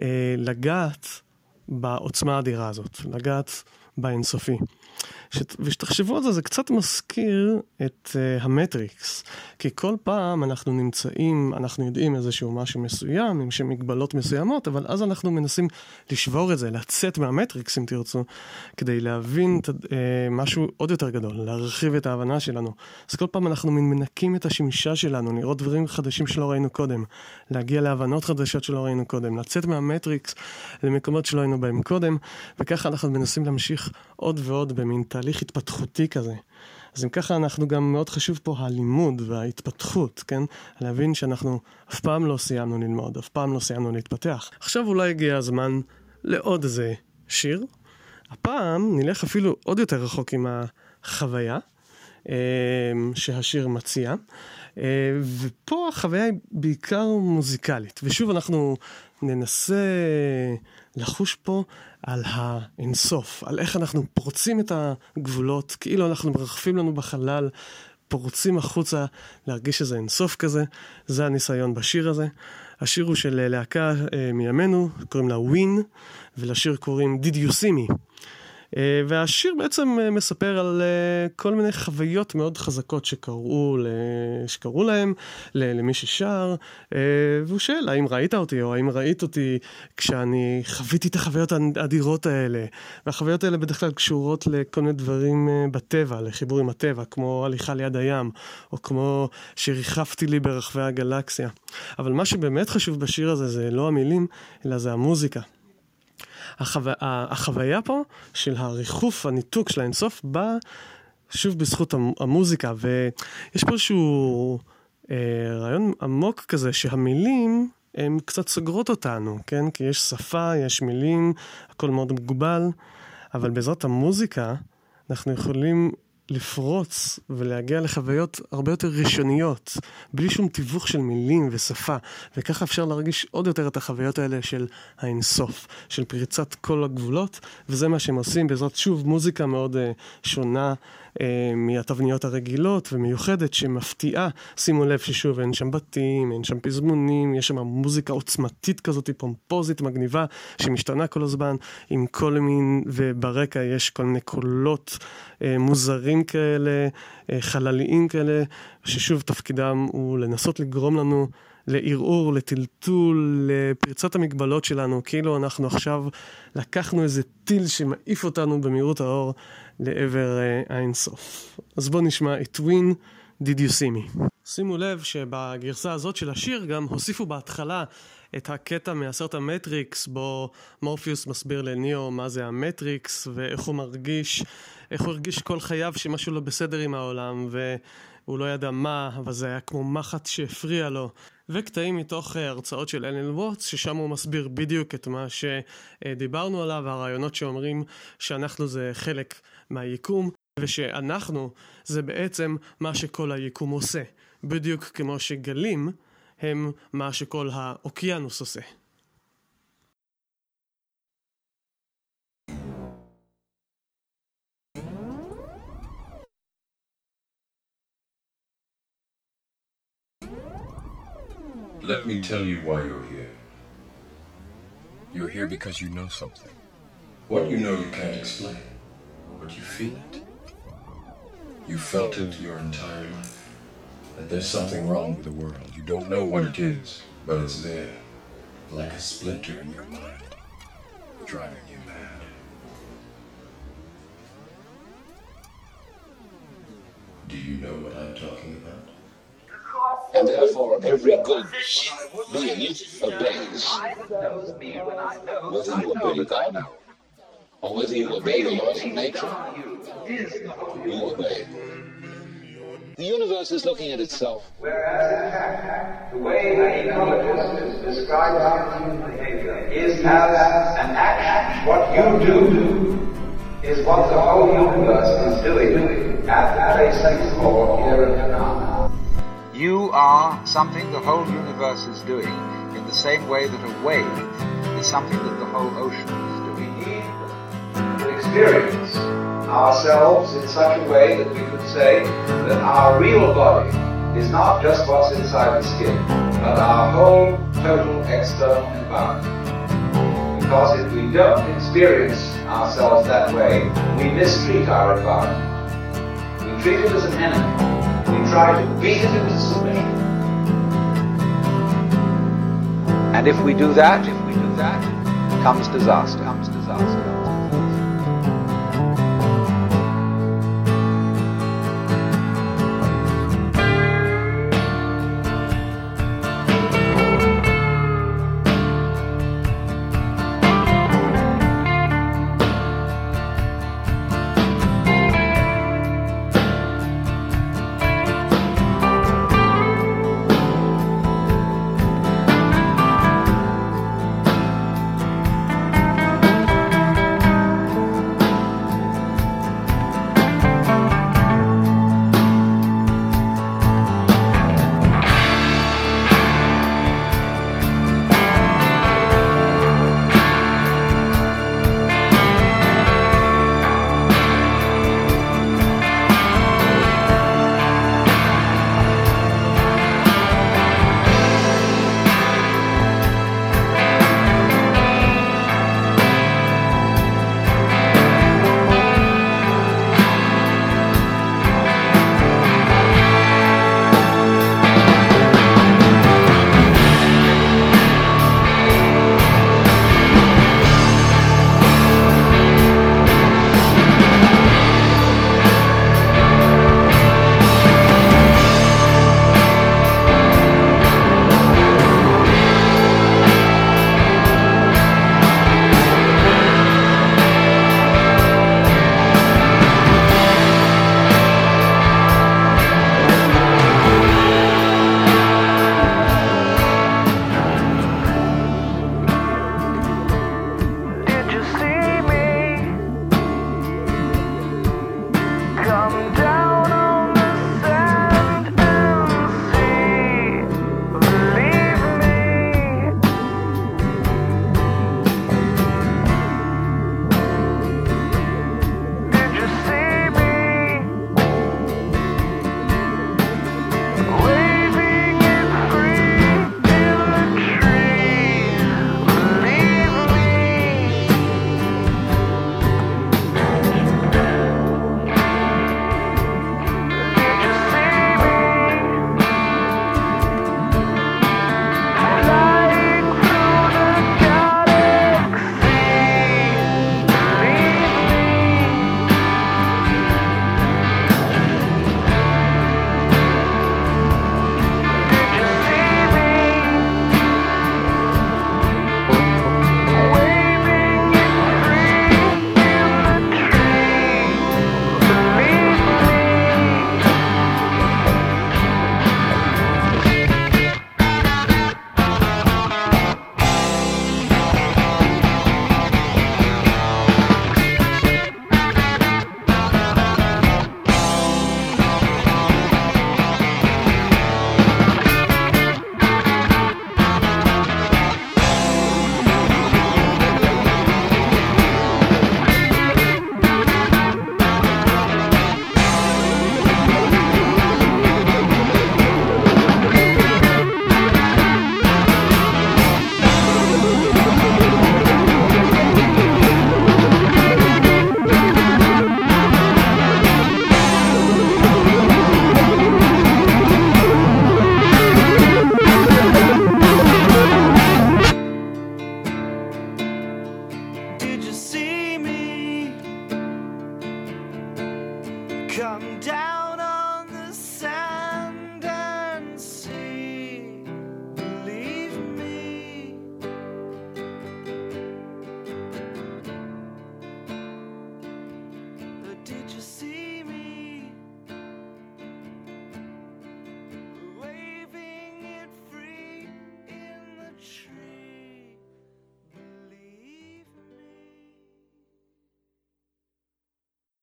לגעת בעוצמה האדירה הזאת, לגעת באינסופי. ושתחשבו על זה, זה קצת מזכיר את המטריקס, כי כל פעם אנחנו נמצאים, אנחנו יודעים איזשהו משהו מסוים, עם שמגבלות מסוימות, אבל אז אנחנו מנסים לשבור את זה, לצאת מהמטריקס אם תרצו, כדי להבין משהו עוד יותר גדול, להרחיב את ההבנה שלנו. אז כל פעם אנחנו מנקים את השמשה שלנו, לראות דברים חדשים שלא ראינו קודם, להגיע להבנות חדשות שלא ראינו קודם, לצאת מהמטריקס למקומות שלא ראינו בהם קודם, וככה אנחנו מנסים להמשיך עוד ועוד במין תהליך התפתחותי כזה. אז אם ככה אנחנו גם מאוד חשוב פה הלימוד וההתפתחות, כן? להבין שאנחנו אף פעם לא סיימנו ללמוד, אף פעם לא סיימנו להתפתח. עכשיו אולי הגיע הזמן לעוד איזה שיר. הפעם נלך אפילו עוד יותר רחוק עם החוויה שהשיר מציע. ופה החוויה היא בעיקר מוזיקלית. ושוב אנחנו ננסה לחוש פה על האינסוף, על איך אנחנו פורצים את הגבולות, כאילו אנחנו מרחפים לנו בחלל, פורצים החוצה, להרגיש איזה אינסוף כזה. זה הניסיון בשיר הזה. השיר הוא של להקה מימינו, קוראים לה ווין, ולשיר קוראים Did You See Me. והשיר בעצם מספר על כל מיני חוויות מאוד חזקות שקראו להם, למי ששר, והוא שואל, האם ראית אותי, או האם ראית אותי כשאני חוויתי את החוויות האדירות האלה. והחוויות האלה בדרך כלל קשורות לכל מיני דברים בטבע, לחיבור עם הטבע, כמו הליכה ליד הים, או כמו שריחפתי לי ברחבי הגלקסיה. אבל מה שבאמת חשוב בשיר הזה זה לא המילים, אלא זה המוזיקה. החוויה פה של הריחוף, הניתוק של האינסוף, בא שוב בזכות המוזיקה, ויש פה איזשהו רעיון עמוק כזה, שהמילים הם קצת סוגרות אותנו, כן? כי יש שפה, יש מילים, הכל מאוד מוגבל, אבל בעזרת המוזיקה אנחנו יכולים לפרוץ ולהגיע לחוויות הרבה יותר ראשוניות, בלי שום תיווך של מילים ושפה, וככה אפשר להרגיש עוד יותר את החוויות האלה של האינסוף, של פריצת כל הגבולות, וזה מה שהם עושים בעזרת שוב מוזיקה מאוד שונה מהתבניות הרגילות ומיוחדת שמפתיעה. שימו לב ששוב אין שם בתים, אין שם פזמונים, יש שם מוזיקה עוצמתית כזאת, פומפוזית, מגניבה, שמשתנה כל הזמן, עם כל מין, וברקע יש כל מיני קולות מוזרים כאלה, חלליים כאלה, ששוב תפקידם הוא לנסות לגרום לנו לערעור, לטלטול, לפריצת המגבלות שלנו, כאילו אנחנו עכשיו לקחנו איזה טיל שמעיף אותנו במהירות האור לעבר האינסוף. אז בואו נשמע את ווין, Did You See Me. שימו לב שבגרסה הזאת של השיר גם הוסיפו בהתחלה את הקטע מהסרט המטריקס, בו מורפיוס מסביר לניאו מה זה המטריקס ואיך הוא מרגיש, איך הוא הרגיש כל חייו שמשהו לא בסדר עם העולם, והוא לא ידע מה, אבל זה היה כמו מחט שהפריע לו. וקטעים מתוך הרצאות של אלן ווטס, ששם הוא מסביר בדיוק את מה שדיברנו עליו, והרעיונות שאומרים שאנחנו זה חלק מהיקום, ושאנחנו זה בעצם מה שכל היקום עושה. בדיוק כמו שגלים הם מה שכל האוקיינוס עושה. Let me tell you why you're here. You're here because you know something. What you know you can't explain, but you feel it. You felt it your entire life. That there's something wrong with the world. You don't know what it is, but it's there, like a splinter in your mind, driving you mad. Do you know what I'm talking about? And therefore every good being obeys. Whether you obey God or whether you obey the laws of nature, you obey. The universe is looking at itself. Whereas in fact, the way an ecologist describes human behavior is as an action. What you do is what the whole universe is doing at the place and for here and now. You are something the whole universe is doing in the same way that a wave is something that the whole ocean is doing. We need to experience ourselves in such a way that we could say that our real body is not just what's inside the skin, but our whole total external environment. Because if we don't experience ourselves that way, we mistreat our environment. We treat it as an enemy. We try to beat it into submission. And if we do that, comes disaster.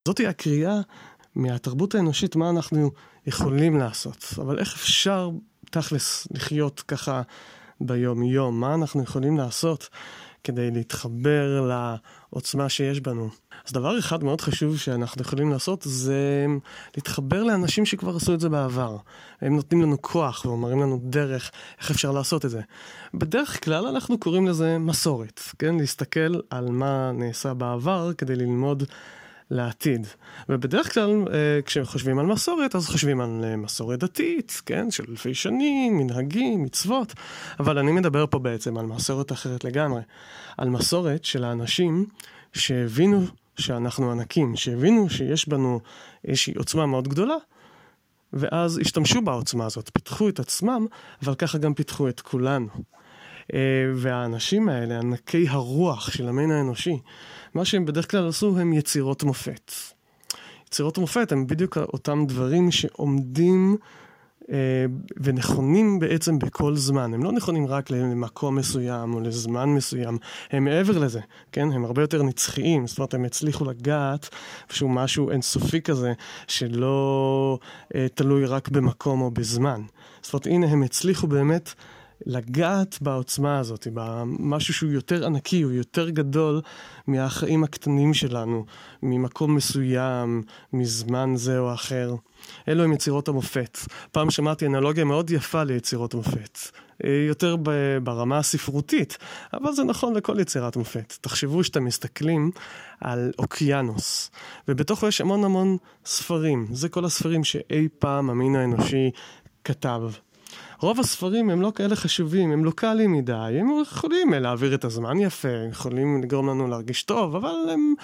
זאת היא הקריאה מהתרבות האנושית, מה אנחנו יכולים לעשות. אבל איך אפשר תכלס לחיות ככה ביום יום? מה אנחנו יכולים לעשות כדי להתחבר לעוצמה שיש בנו? אז דבר אחד מאוד חשוב שאנחנו יכולים לעשות זה להתחבר לאנשים שכבר עשו את זה בעבר. הם נותנים לנו כוח ואומרים לנו דרך איך אפשר לעשות את זה. בדרך כלל אנחנו קוראים לזה מסורת, כן? להסתכל על מה נעשה בעבר כדי ללמוד לעתיד. ובדרך כלל כשחושבים על מסורת, אז חושבים על מסורת דתית, כן? של אלפי שנים, מנהגים, מצוות. אבל אני מדבר פה בעצם על מסורת אחרת לגמרי. על מסורת של האנשים שהבינו שאנחנו ענקים, שהבינו שיש בנו איזושהי עוצמה מאוד גדולה, ואז השתמשו בעוצמה הזאת, פיתחו את עצמם, אבל ככה גם פיתחו את כולנו. והאנשים האלה, ענקי הרוח של המין האנושי, מה שהם בדרך כלל עשו הם יצירות מופת. יצירות מופת הם בדיוק אותם דברים שעומדים ונכונים בעצם בכל זמן. הם לא נכונים רק למקום מסוים או לזמן מסוים, הם מעבר לזה, כן? הם הרבה יותר נצחיים, זאת אומרת, הם הצליחו לגעת שהוא משהו אינסופי כזה, שלא תלוי רק במקום או בזמן. זאת אומרת, הנה הם הצליחו באמת לגעת בעוצמה הזאת, במשהו שהוא יותר ענקי, הוא יותר גדול מהחיים הקטנים שלנו, ממקום מסוים, מזמן זה או אחר. אלו הם יצירות המופת. פעם שמעתי אנלוגיה מאוד יפה ליצירות המופת. יותר ברמה הספרותית, אבל זה נכון לכל יצירת מופת. תחשבו שאתם מסתכלים על אוקיינוס, ובתוכו יש המון המון ספרים. זה כל הספרים שאי פעם המין האנושי כתב. רוב הספרים הם לא כאלה חשובים, הם לא קלים מדי, הם יכולים להעביר את הזמן יפה, הם יכולים לגרום לנו להרגיש טוב, אבל הם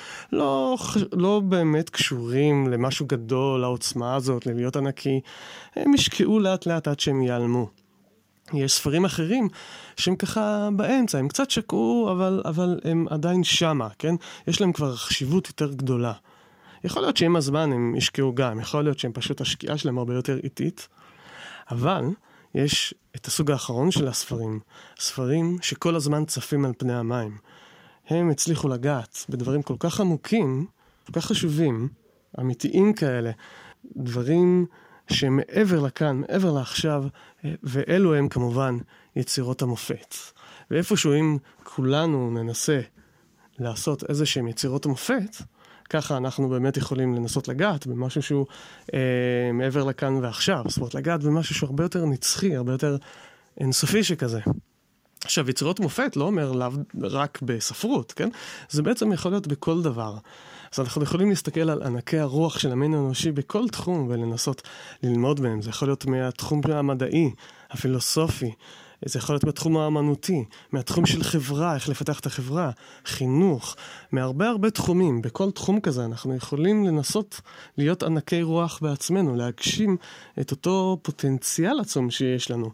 לא באמת קשורים למשהו גדול, לעוצמה הזאת, להיות ענקי. הם ישקעו לאט לאט עד שהם ייעלמו. יש ספרים אחרים שהם ככה באמצע, הם קצת שקעו, אבל הם עדיין שמה, כן? יש להם כבר חשיבות יותר גדולה. יכול להיות שעם הזמן הם ישקעו גם, יכול להיות שהם פשוט השקיעה שלהם הרבה יותר איטית, אבל יש את הסוג האחרון של הספרים, ספרים שכל הזמן צפים על פני המים. הם הצליחו לגעת בדברים כל כך עמוקים, כל כך חשובים, אמיתיים כאלה, דברים שמעבר לכאן, מעבר לעכשיו, ואלו הם כמובן יצירות המופת. ואיפשהו אם כולנו ננסה לעשות איזה שהם יצירות המופת, ככה אנחנו באמת יכולים לנסות לגעת במשהו שהוא מעבר לכאן ועכשיו. זאת אומרת, לגעת במשהו שהוא הרבה יותר נצחי, הרבה יותר אינסופי שכזה. עכשיו, יצירות מופת לא אומר לאו רק בספרות, כן? זה בעצם יכול להיות בכל דבר. אז אנחנו יכולים להסתכל על ענקי הרוח של המין האנושי בכל תחום ולנסות ללמוד מהם. זה יכול להיות מהתחום המדעי, הפילוסופי, זה יכול להיות מהתחום האמנותי, מהתחום של חברה, איך לפתח את החברה, חינוך, מהרבה תחומים. בכל תחום כזה אנחנו יכולים לנסות להיות ענקי רוח בעצמנו, להגשים את אותו פוטנציאל עצום שיש לנו.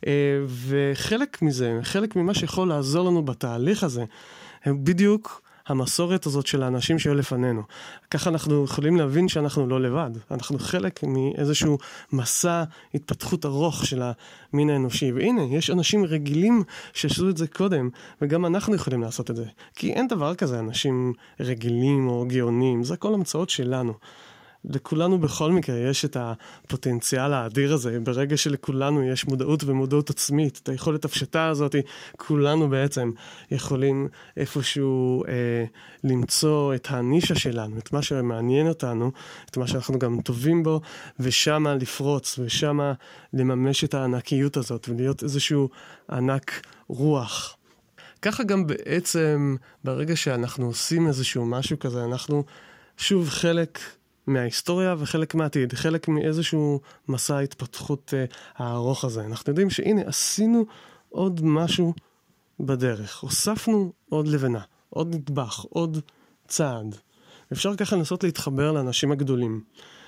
וחלק מזה, חלק ממה שיכול לעזור לנו בתהליך הזה, הם בדיוק המסורת הזאת של האנשים שהיו לפנינו. ככה אנחנו יכולים להבין שאנחנו לא לבד. אנחנו חלק מאיזשהו מסע התפתחות ארוך של המין האנושי. והנה, יש אנשים רגילים שעשו את זה קודם, וגם אנחנו יכולים לעשות את זה. כי אין דבר כזה אנשים רגילים או גאונים, זה כל המצאות שלנו. לכולנו בכל מקרה יש את הפוטנציאל האדיר הזה, ברגע שלכולנו יש מודעות ומודעות עצמית, את היכולת הפשטה הזאת, כולנו בעצם יכולים איפשהו למצוא את הנישה שלנו, את מה שמעניין אותנו, את מה שאנחנו גם טובים בו, ושמה לפרוץ, ושמה לממש את הענקיות הזאת, ולהיות איזשהו ענק רוח. ככה גם בעצם, ברגע שאנחנו עושים איזשהו משהו כזה, אנחנו שוב חלק מההיסטוריה וחלק מהעתיד, חלק מאיזשהו מסע ההתפתחות הארוך הזה. אנחנו יודעים שהנה, עשינו עוד משהו בדרך, הוספנו עוד לבנה, עוד נדבך, עוד צעד. אפשר ככה לנסות להתחבר לאנשים הגדולים.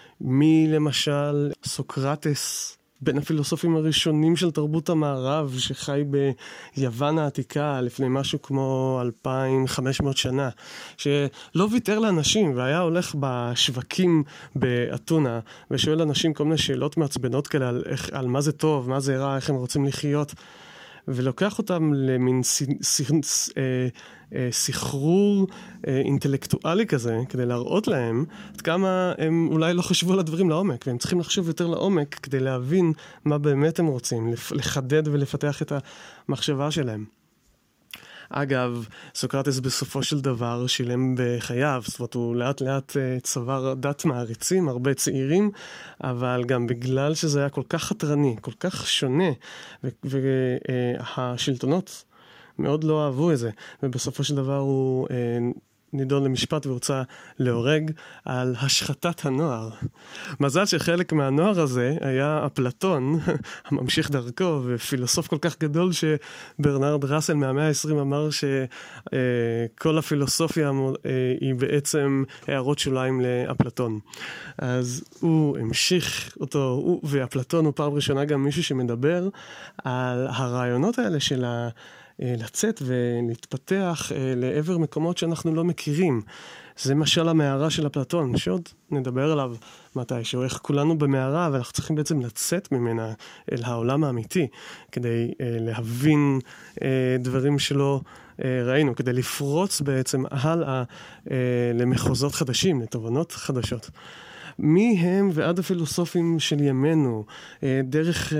למשל סוקרטס, בין הפילוסופים הראשונים של תרבות המערב, שחי ביוון העתיקה לפני משהו כמו 2500 שנה, שלא ויתר לאנשים והיה הולך בשווקים באתונה, ושואל אנשים כל מיני שאלות מעצבנות כאלה על מה זה טוב, מה זה רע, איך הם רוצים לחיות, ולוקח אותם למין סחרור אינטלקטואלי כזה, כדי להראות להם עד כמה הם אולי לא חשבו על הדברים לעומק, והם צריכים לחשוב יותר לעומק כדי להבין מה באמת הם רוצים, לחדד ולפתח את המחשבה שלהם. אגב, סוקרטס בסופו של דבר שילם בחייו, זאת אומרת, הוא לאט לאט צבר דת מעריצים, הרבה צעירים, אבל גם בגלל שזה היה כל כך חתרני, כל כך שונה, והשלטונות מאוד לא אהבו את זה, ובסופו של דבר הוא נידון למשפט והוצא להורג על השחתת הנוער. מזל שחלק מהנוער הזה היה אפלטון, הממשיך דרכו, ופילוסוף כל כך גדול שברנרד ראסל מהמאה ה-20 אמר שכל הפילוסופיה היא בעצם הערות שוליים לאפלטון. אז הוא המשיך אותו, ואפלטון הוא פעם ראשונה גם מישהו שמדבר על הרעיונות האלה של לצאת ולהתפתח לעבר מקומות שאנחנו לא מכירים. זה משל המערה של אפלטון, שעוד נדבר עליו מתישהו, איך כולנו במערה, ואנחנו צריכים בעצם לצאת ממנה אל העולם האמיתי, כדי להבין דברים שלא ראינו, כדי לפרוץ בעצם הלאה למחוזות חדשים, לתובנות חדשות. מי הם ועד הפילוסופים של ימינו, דרך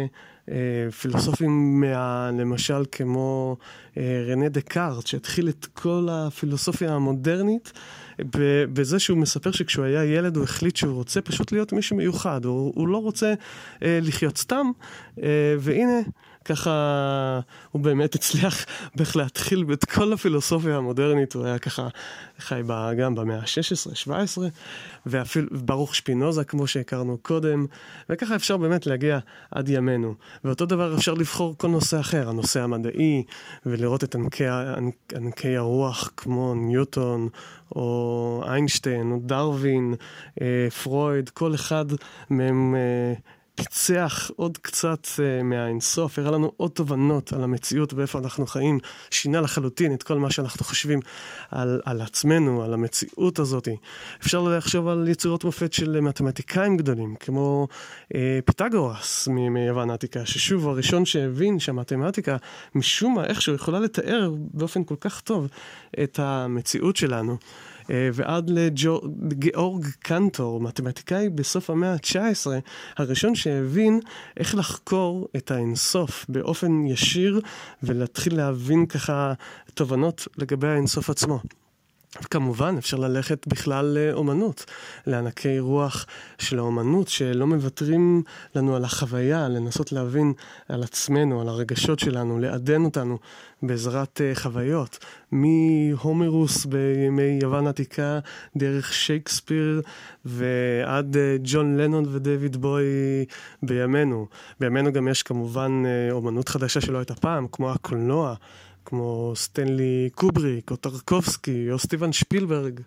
פילוסופים למשל כמו רנה דקארט, שהתחיל את כל הפילוסופיה המודרנית בזה שהוא מספר שכשהוא היה ילד הוא החליט שהוא רוצה פשוט להיות מישהו מיוחד, הוא לא רוצה לחיות סתם, והנה ככה הוא באמת הצליח בערך להתחיל את כל הפילוסופיה המודרנית, הוא היה ככה חי גם במאה ה-16, 17, ואפילו ברוך שפינוזה כמו שהכרנו קודם, וככה אפשר באמת להגיע עד ימינו. ואותו דבר אפשר לבחור כל נושא אחר, הנושא המדעי, ולראות את ענקי הרוח כמו ניוטון, או איינשטיין, או דרווין, פרויד, כל אחד מהם פיצח עוד קצת מהאינסוף, הראה לנו עוד תובנות על המציאות ואיפה אנחנו חיים, שינה לחלוטין את כל מה שאנחנו חושבים על עצמנו, על המציאות הזאת. אפשר לחשוב על יצירות מופת של מתמטיקאים גדולים, כמו פיתגורס מיוון העתיקה, ששוב הראשון שהבין שהמתמטיקה משום מה איכשהו יכולה לתאר באופן כל כך טוב את המציאות שלנו. ועד לגאורג קנטור, מתמטיקאי בסוף המאה ה-19, הראשון שהבין איך לחקור את האינסוף באופן ישיר, ולהתחיל להבין ככה תובנות לגבי האינסוף עצמו. וכמובן אפשר ללכת בכלל לאומנות, לענקי רוח של האומנות שלא מוותרים לנו על החוויה, לנסות להבין על עצמנו, על הרגשות שלנו, לעדן אותנו בעזרת חוויות. מהומרוס בימי יוון עתיקה, דרך שייקספיר ועד ג'ון לנון ודייוויד בוי בימינו. בימינו גם יש כמובן אומנות חדשה שלא הייתה פעם, כמו הקולנוע, כמו סטנלי קובריק, או טרקובסקי, או סטיבן שפילברג,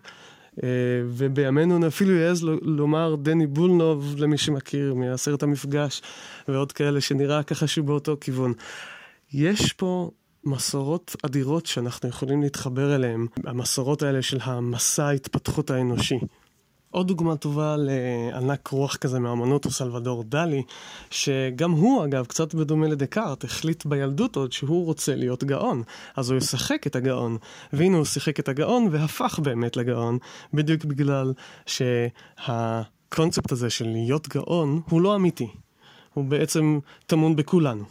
ובימינו אפילו יעז לומר דני בולנוב, למי שמכיר, מהסרט המפגש, ועוד כאלה שנראה ככה שהוא באותו כיוון. יש פה מסורות אדירות שאנחנו יכולים להתחבר אליהן, המסורות האלה של המסע ההתפתחות האנושי. עוד דוגמה טובה לענק רוח כזה מהאמנות הוא סלבדור דלי, שגם הוא אגב קצת בדומה לדקארט, החליט בילדות עוד שהוא רוצה להיות גאון, אז הוא ישחק את הגאון, והנה הוא שיחק את הגאון והפך באמת לגאון, בדיוק בגלל שהקונספט הזה של להיות גאון הוא לא אמיתי, הוא בעצם טמון בכולנו.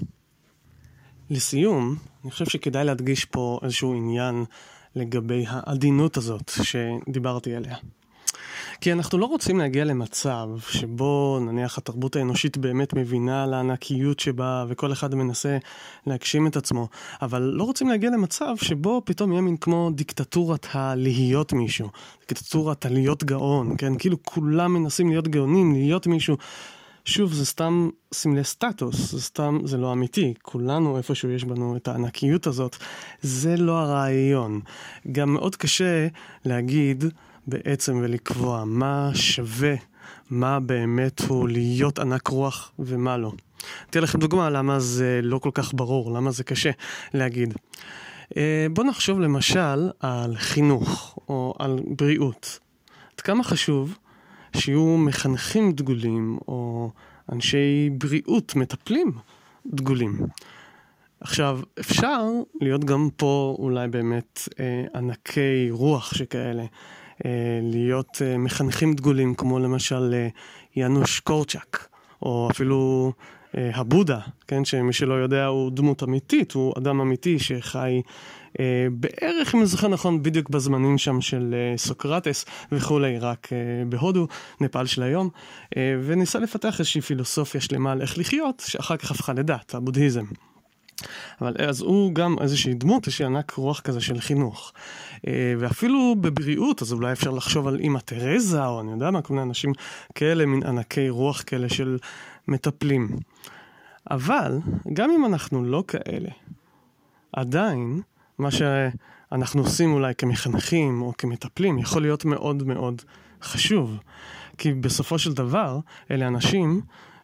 לסיום, אני חושב שכדאי להדגיש פה איזשהו עניין לגבי העדינות הזאת שדיברתי עליה. כי אנחנו לא רוצים להגיע למצב שבו נניח התרבות האנושית באמת מבינה על הענקיות שבה וכל אחד מנסה להגשים את עצמו, אבל לא רוצים להגיע למצב שבו פתאום יהיה מין כמו דיקטטורת הלהיות מישהו, דיקטטורת הלהיות גאון, כן? כאילו כולם מנסים להיות גאונים, להיות מישהו. שוב, זה סתם סמלי סטטוס, זה לא אמיתי. כולנו איפשהו יש בנו את הענקיות הזאת, זה לא הרעיון. גם מאוד קשה להגיד בעצם ולקבוע מה שווה, מה באמת הוא להיות ענק רוח ומה לא. תהיה לכם דוגמה למה זה לא כל כך ברור, למה זה קשה להגיד. בוא נחשוב למשל על חינוך או על בריאות. עד כמה חשוב שיהיו מחנכים דגולים או אנשי בריאות מטפלים דגולים. עכשיו, אפשר להיות גם פה אולי באמת ענקי רוח שכאלה, להיות מחנכים דגולים, כמו למשל ינוש קורצ'אק, או אפילו הבודה, כן, שמי שלא יודע הוא דמות אמיתית, הוא אדם אמיתי שחי בערך, אם זוכר נכון, בדיוק בזמנים שם של סוקרטס וכולי, רק בהודו, נפאל של היום, וניסה לפתח איזושהי פילוסופיה שלמה על איך לחיות, שאחר כך הפכה לדת, הבודהיזם. אבל אז הוא גם איזושהי דמות, איזושהי ענק רוח כזה של חינוך. ואפילו בבריאות, אז אולי אפשר לחשוב על אמא תרזה, או אני יודע מה, כל מיני אנשים כאלה, מין ענקי רוח כאלה של מטפלים. אבל גם אם אנחנו לא כאלה, עדיין מה שאנחנו עושים אולי כמחנכים או כמטפלים יכול להיות מאוד מאוד חשוב. כי בסופו של דבר אלה אנשים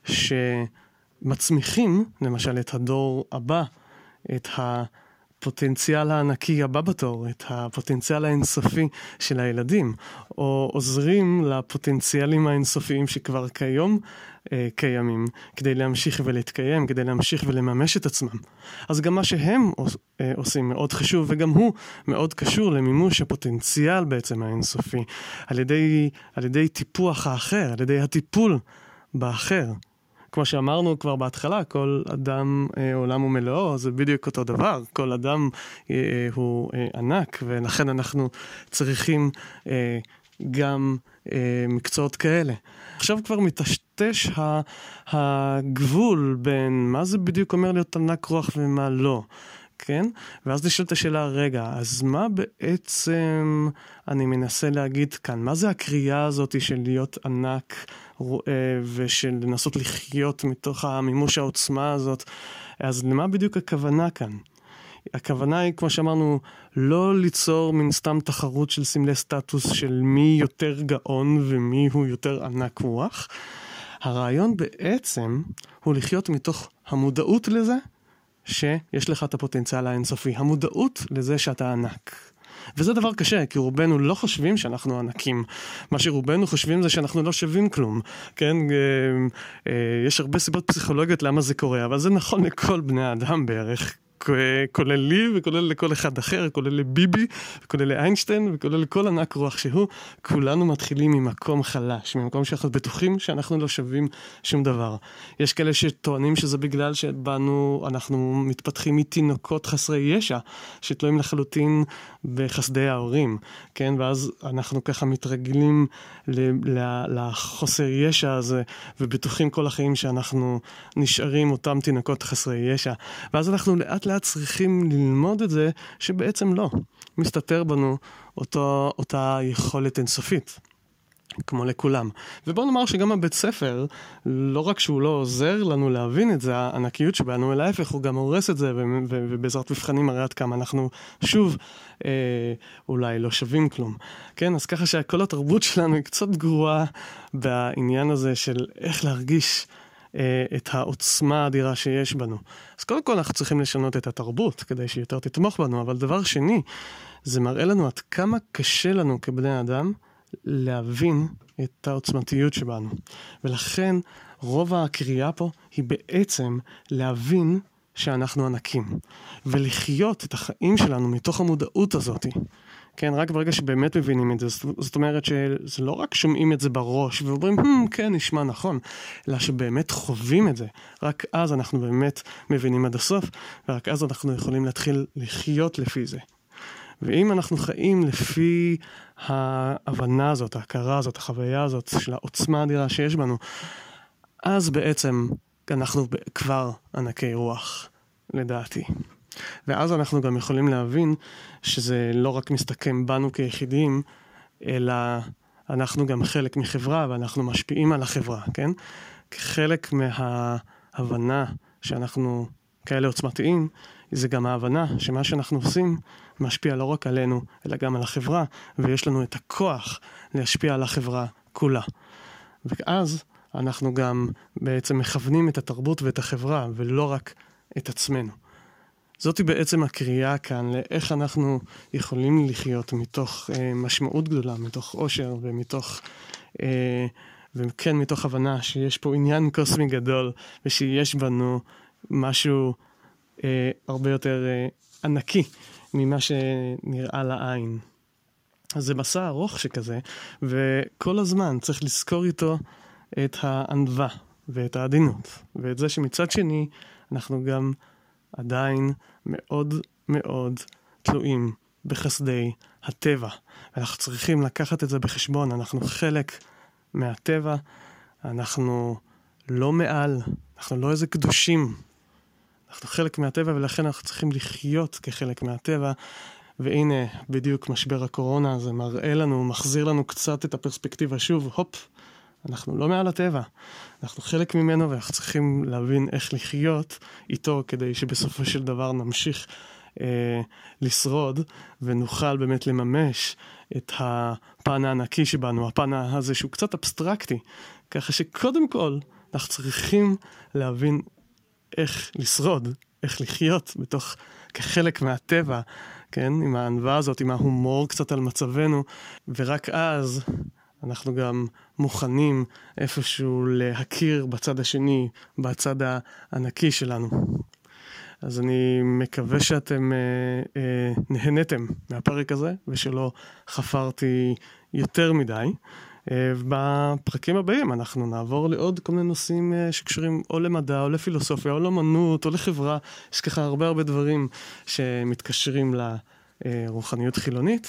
שמצמיחים למשל את הדור הבא, את הפוטנציאל הענקי הבא בתור, את הפוטנציאל האינסופי של הילדים, או עוזרים לפוטנציאלים האינסופיים שכבר כיום קיימים, כדי להמשיך ולהתקיים, כדי להמשיך ולממש את עצמם. אז גם מה שהם עושים מאוד חשוב, וגם הוא מאוד קשור למימוש הפוטנציאל בעצם האינסופי, על ידי טיפוח האחר, על ידי הטיפול באחר. כמו שאמרנו כבר בהתחלה, כל אדם עולם ומלואו, זה בדיוק אותו דבר. כל אדם הוא ענק, ולכן אנחנו צריכים גם מקצועות כאלה. עכשיו כבר מטשטש הגבול בין מה זה בדיוק אומר להיות ענק רוח ומה לא. כן? ואז נשאלת השאלה, רגע, אז מה בעצם אני מנסה להגיד כאן? מה זה הקריאה הזאת של להיות ענק ושל לנסות לחיות מתוך המימוש העוצמה הזאת? אז למה בדיוק הכוונה כאן? הכוונה היא, כמו שאמרנו, לא ליצור מן סתם תחרות של סמלי סטטוס של מי יותר גאון ומי הוא יותר ענק רוח. הרעיון בעצם הוא לחיות מתוך המודעות לזה, שיש לך את הפוטנציאל האינסופי, המודעות לזה שאתה ענק. וזה דבר קשה, כי רובנו לא חושבים שאנחנו ענקים. מה שרובנו חושבים זה שאנחנו לא שווים כלום. כן? יש הרבה סיבות פסיכולוגיות למה זה קורה, אבל זה נכון לכל בני האדם בערך. כולל לי וכולל לכל אחד אחר, כולל לביבי, וכולל לאיינשטיין, וכולל לכל ענק רוח שהוא. כולנו מתחילים ממקום חלש, ממקום שאנחנו בטוחים שאנחנו לא שווים שום דבר. יש כאלה שטוענים שזה בגלל שבנו, אנחנו מתפתחים מתינוקות חסרי ישע, שתלויים לחלוטין בחסדי ההורים, כן? ואז אנחנו ככה מתרגלים לחוסר ישע הזה, ובטוחים כל החיים שאנחנו נשארים אותם תינוקות חסרי ישע. ואז אנחנו לאט לאט צריכים ללמוד את זה, שבעצם לא. מסתתר בנו אותה יכולת אינסופית, כמו לכולם. ובוא נאמר שגם הבית ספר, לא רק שהוא לא עוזר לנו להבין את זה, הענקיות שבנו, אלא ההפך, הוא גם הורס את זה, ובעזרת מבחנים הרי עד כמה אנחנו שוב אולי לא שווים כלום. כן, אז ככה שכל התרבות שלנו היא קצת גרועה בעניין הזה של איך להרגיש את העוצמה האדירה שיש בנו. אז קודם כל אנחנו צריכים לשנות את התרבות כדי שיותר תתמוך בנו, אבל דבר שני, זה מראה לנו עד כמה קשה לנו כבני אדם להבין את העוצמתיות שבנו. ולכן רוב הקריאה פה היא בעצם להבין שאנחנו ענקים, ולחיות את החיים שלנו מתוך המודעות הזאת. כן, רק ברגע שבאמת מבינים את זה, זאת אומרת שזה לא רק שומעים את זה בראש ואומרים, כן, נשמע נכון, אלא שבאמת חווים את זה. רק אז אנחנו באמת מבינים עד הסוף, ורק אז אנחנו יכולים להתחיל לחיות לפי זה. ואם אנחנו חיים לפי ההבנה הזאת, ההכרה הזאת, החוויה הזאת של העוצמה האדירה שיש בנו, אז בעצם אנחנו כבר ענקי רוח, לדעתי. ואז אנחנו גם יכולים להבין שזה לא רק מסתכם בנו כיחידים, אלא אנחנו גם חלק מחברה, ואנחנו משפיעים על החברה, כן? חלק מההבנה שאנחנו כאלה עוצמתיים, זה גם ההבנה שמה שאנחנו עושים משפיע לא רק עלינו, אלא גם על החברה, ויש לנו את הכוח להשפיע על החברה כולה. ואז אנחנו גם בעצם מכוונים את התרבות ואת החברה, ולא רק את עצמנו. זאת היא בעצם הקריאה כאן לאיך אנחנו יכולים לחיות מתוך משמעות גדולה, מתוך עושר ומתוך, וכן מתוך הבנה שיש פה עניין קוסמי גדול, ושיש בנו משהו הרבה יותר ענקי ממה שנראה לעין. אז זה מסע ארוך שכזה, וכל הזמן צריך לזכור איתו את הענווה ואת העדינות, ואת זה שמצד שני אנחנו גם עדיין מאוד מאוד תלויים בחסדי הטבע. אנחנו צריכים לקחת את זה בחשבון, אנחנו חלק מהטבע, אנחנו לא מעל, אנחנו לא איזה קדושים, אנחנו חלק מהטבע ולכן אנחנו צריכים לחיות כחלק מהטבע, והנה בדיוק משבר הקורונה הזה מראה לנו, מחזיר לנו קצת את הפרספקטיבה שוב, הופ, אנחנו לא מעל הטבע, אנחנו חלק ממנו ואנחנו צריכים להבין איך לחיות איתו כדי שבסופו של דבר נמשיך לשרוד ונוכל באמת לממש את הפן הענקי שבנו, הפן הזה שהוא קצת אבסטרקטי, ככה שקודם כל אנחנו צריכים להבין איך לשרוד, איך לחיות בתוך כחלק מהטבע, כן? עם הענווה הזאת, עם ההומור קצת על מצבנו, ורק אז אנחנו גם מוכנים איפשהו להכיר בצד השני, בצד הענקי שלנו. אז אני מקווה שאתם נהנתם מהפרק הזה, ושלא חפרתי יותר מדי. בפרקים הבאים אנחנו נעבור לעוד כל מיני נושאים שקשורים או למדע, או לפילוסופיה, או לאמנות, או לחברה. יש ככה הרבה דברים שמתקשרים לרוחניות חילונית.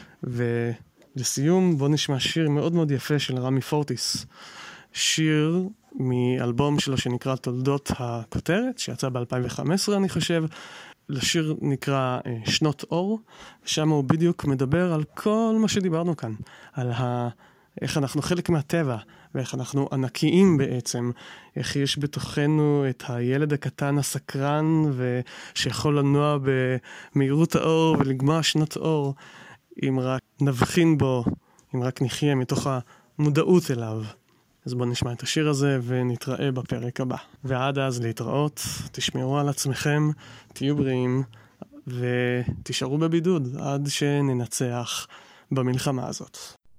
ולסיום בוא נשמע שיר מאוד מאוד יפה של רמי פורטיס. שיר מאלבום שלו שנקרא תולדות הכותרת, שיצא ב-2015 אני חושב. לשיר נקרא שנות אור, ושם הוא בדיוק מדבר על כל מה שדיברנו כאן, על איך אנחנו חלק מהטבע, ואיך אנחנו ענקיים בעצם, איך יש בתוכנו את הילד הקטן הסקרן, ושיכול לנוע במהירות האור ולגמוע שנות אור, אם רק נבחין בו, אם רק נחיה מתוך המודעות אליו. אז בואו נשמע את השיר הזה ונתראה בפרק הבא. ועד אז להתראות, תשמרו על עצמכם, תהיו בריאים ותישארו בבידוד עד שננצח במלחמה הזאת.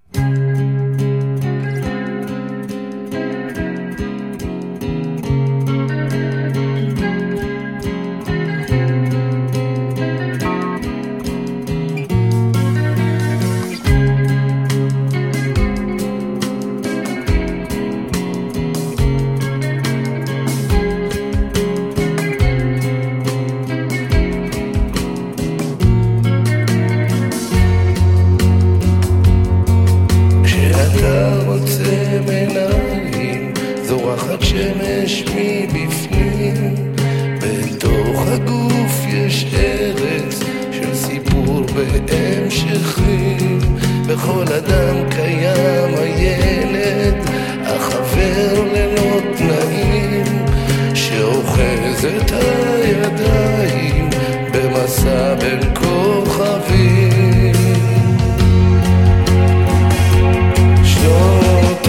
שמש מבפנים, בתוך הגוף יש ארץ של סיפור בהמשכים. בכל אדם קיים הילד, החבר ללא תנאים, שאוחז את הידיים במסע בין כוכבים. שנות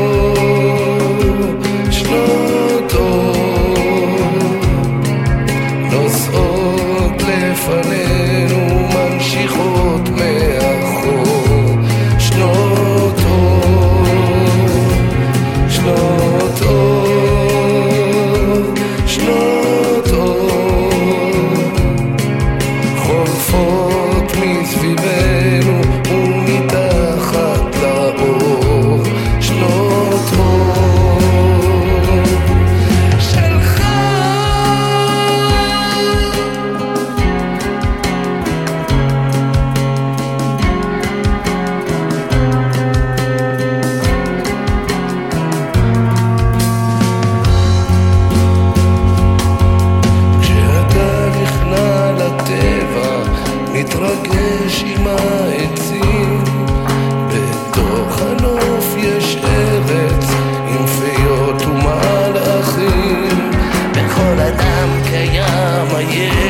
נוסעות לפנינו, ממשיכות מאחור. שנות אור חולפות מסביבנו ומתחת לאור. שנות אור שלך מתרגש עם העצים, בתוך הנוף יש ארץ עם פיות ומלאכים. בכל אדם קיים הילד,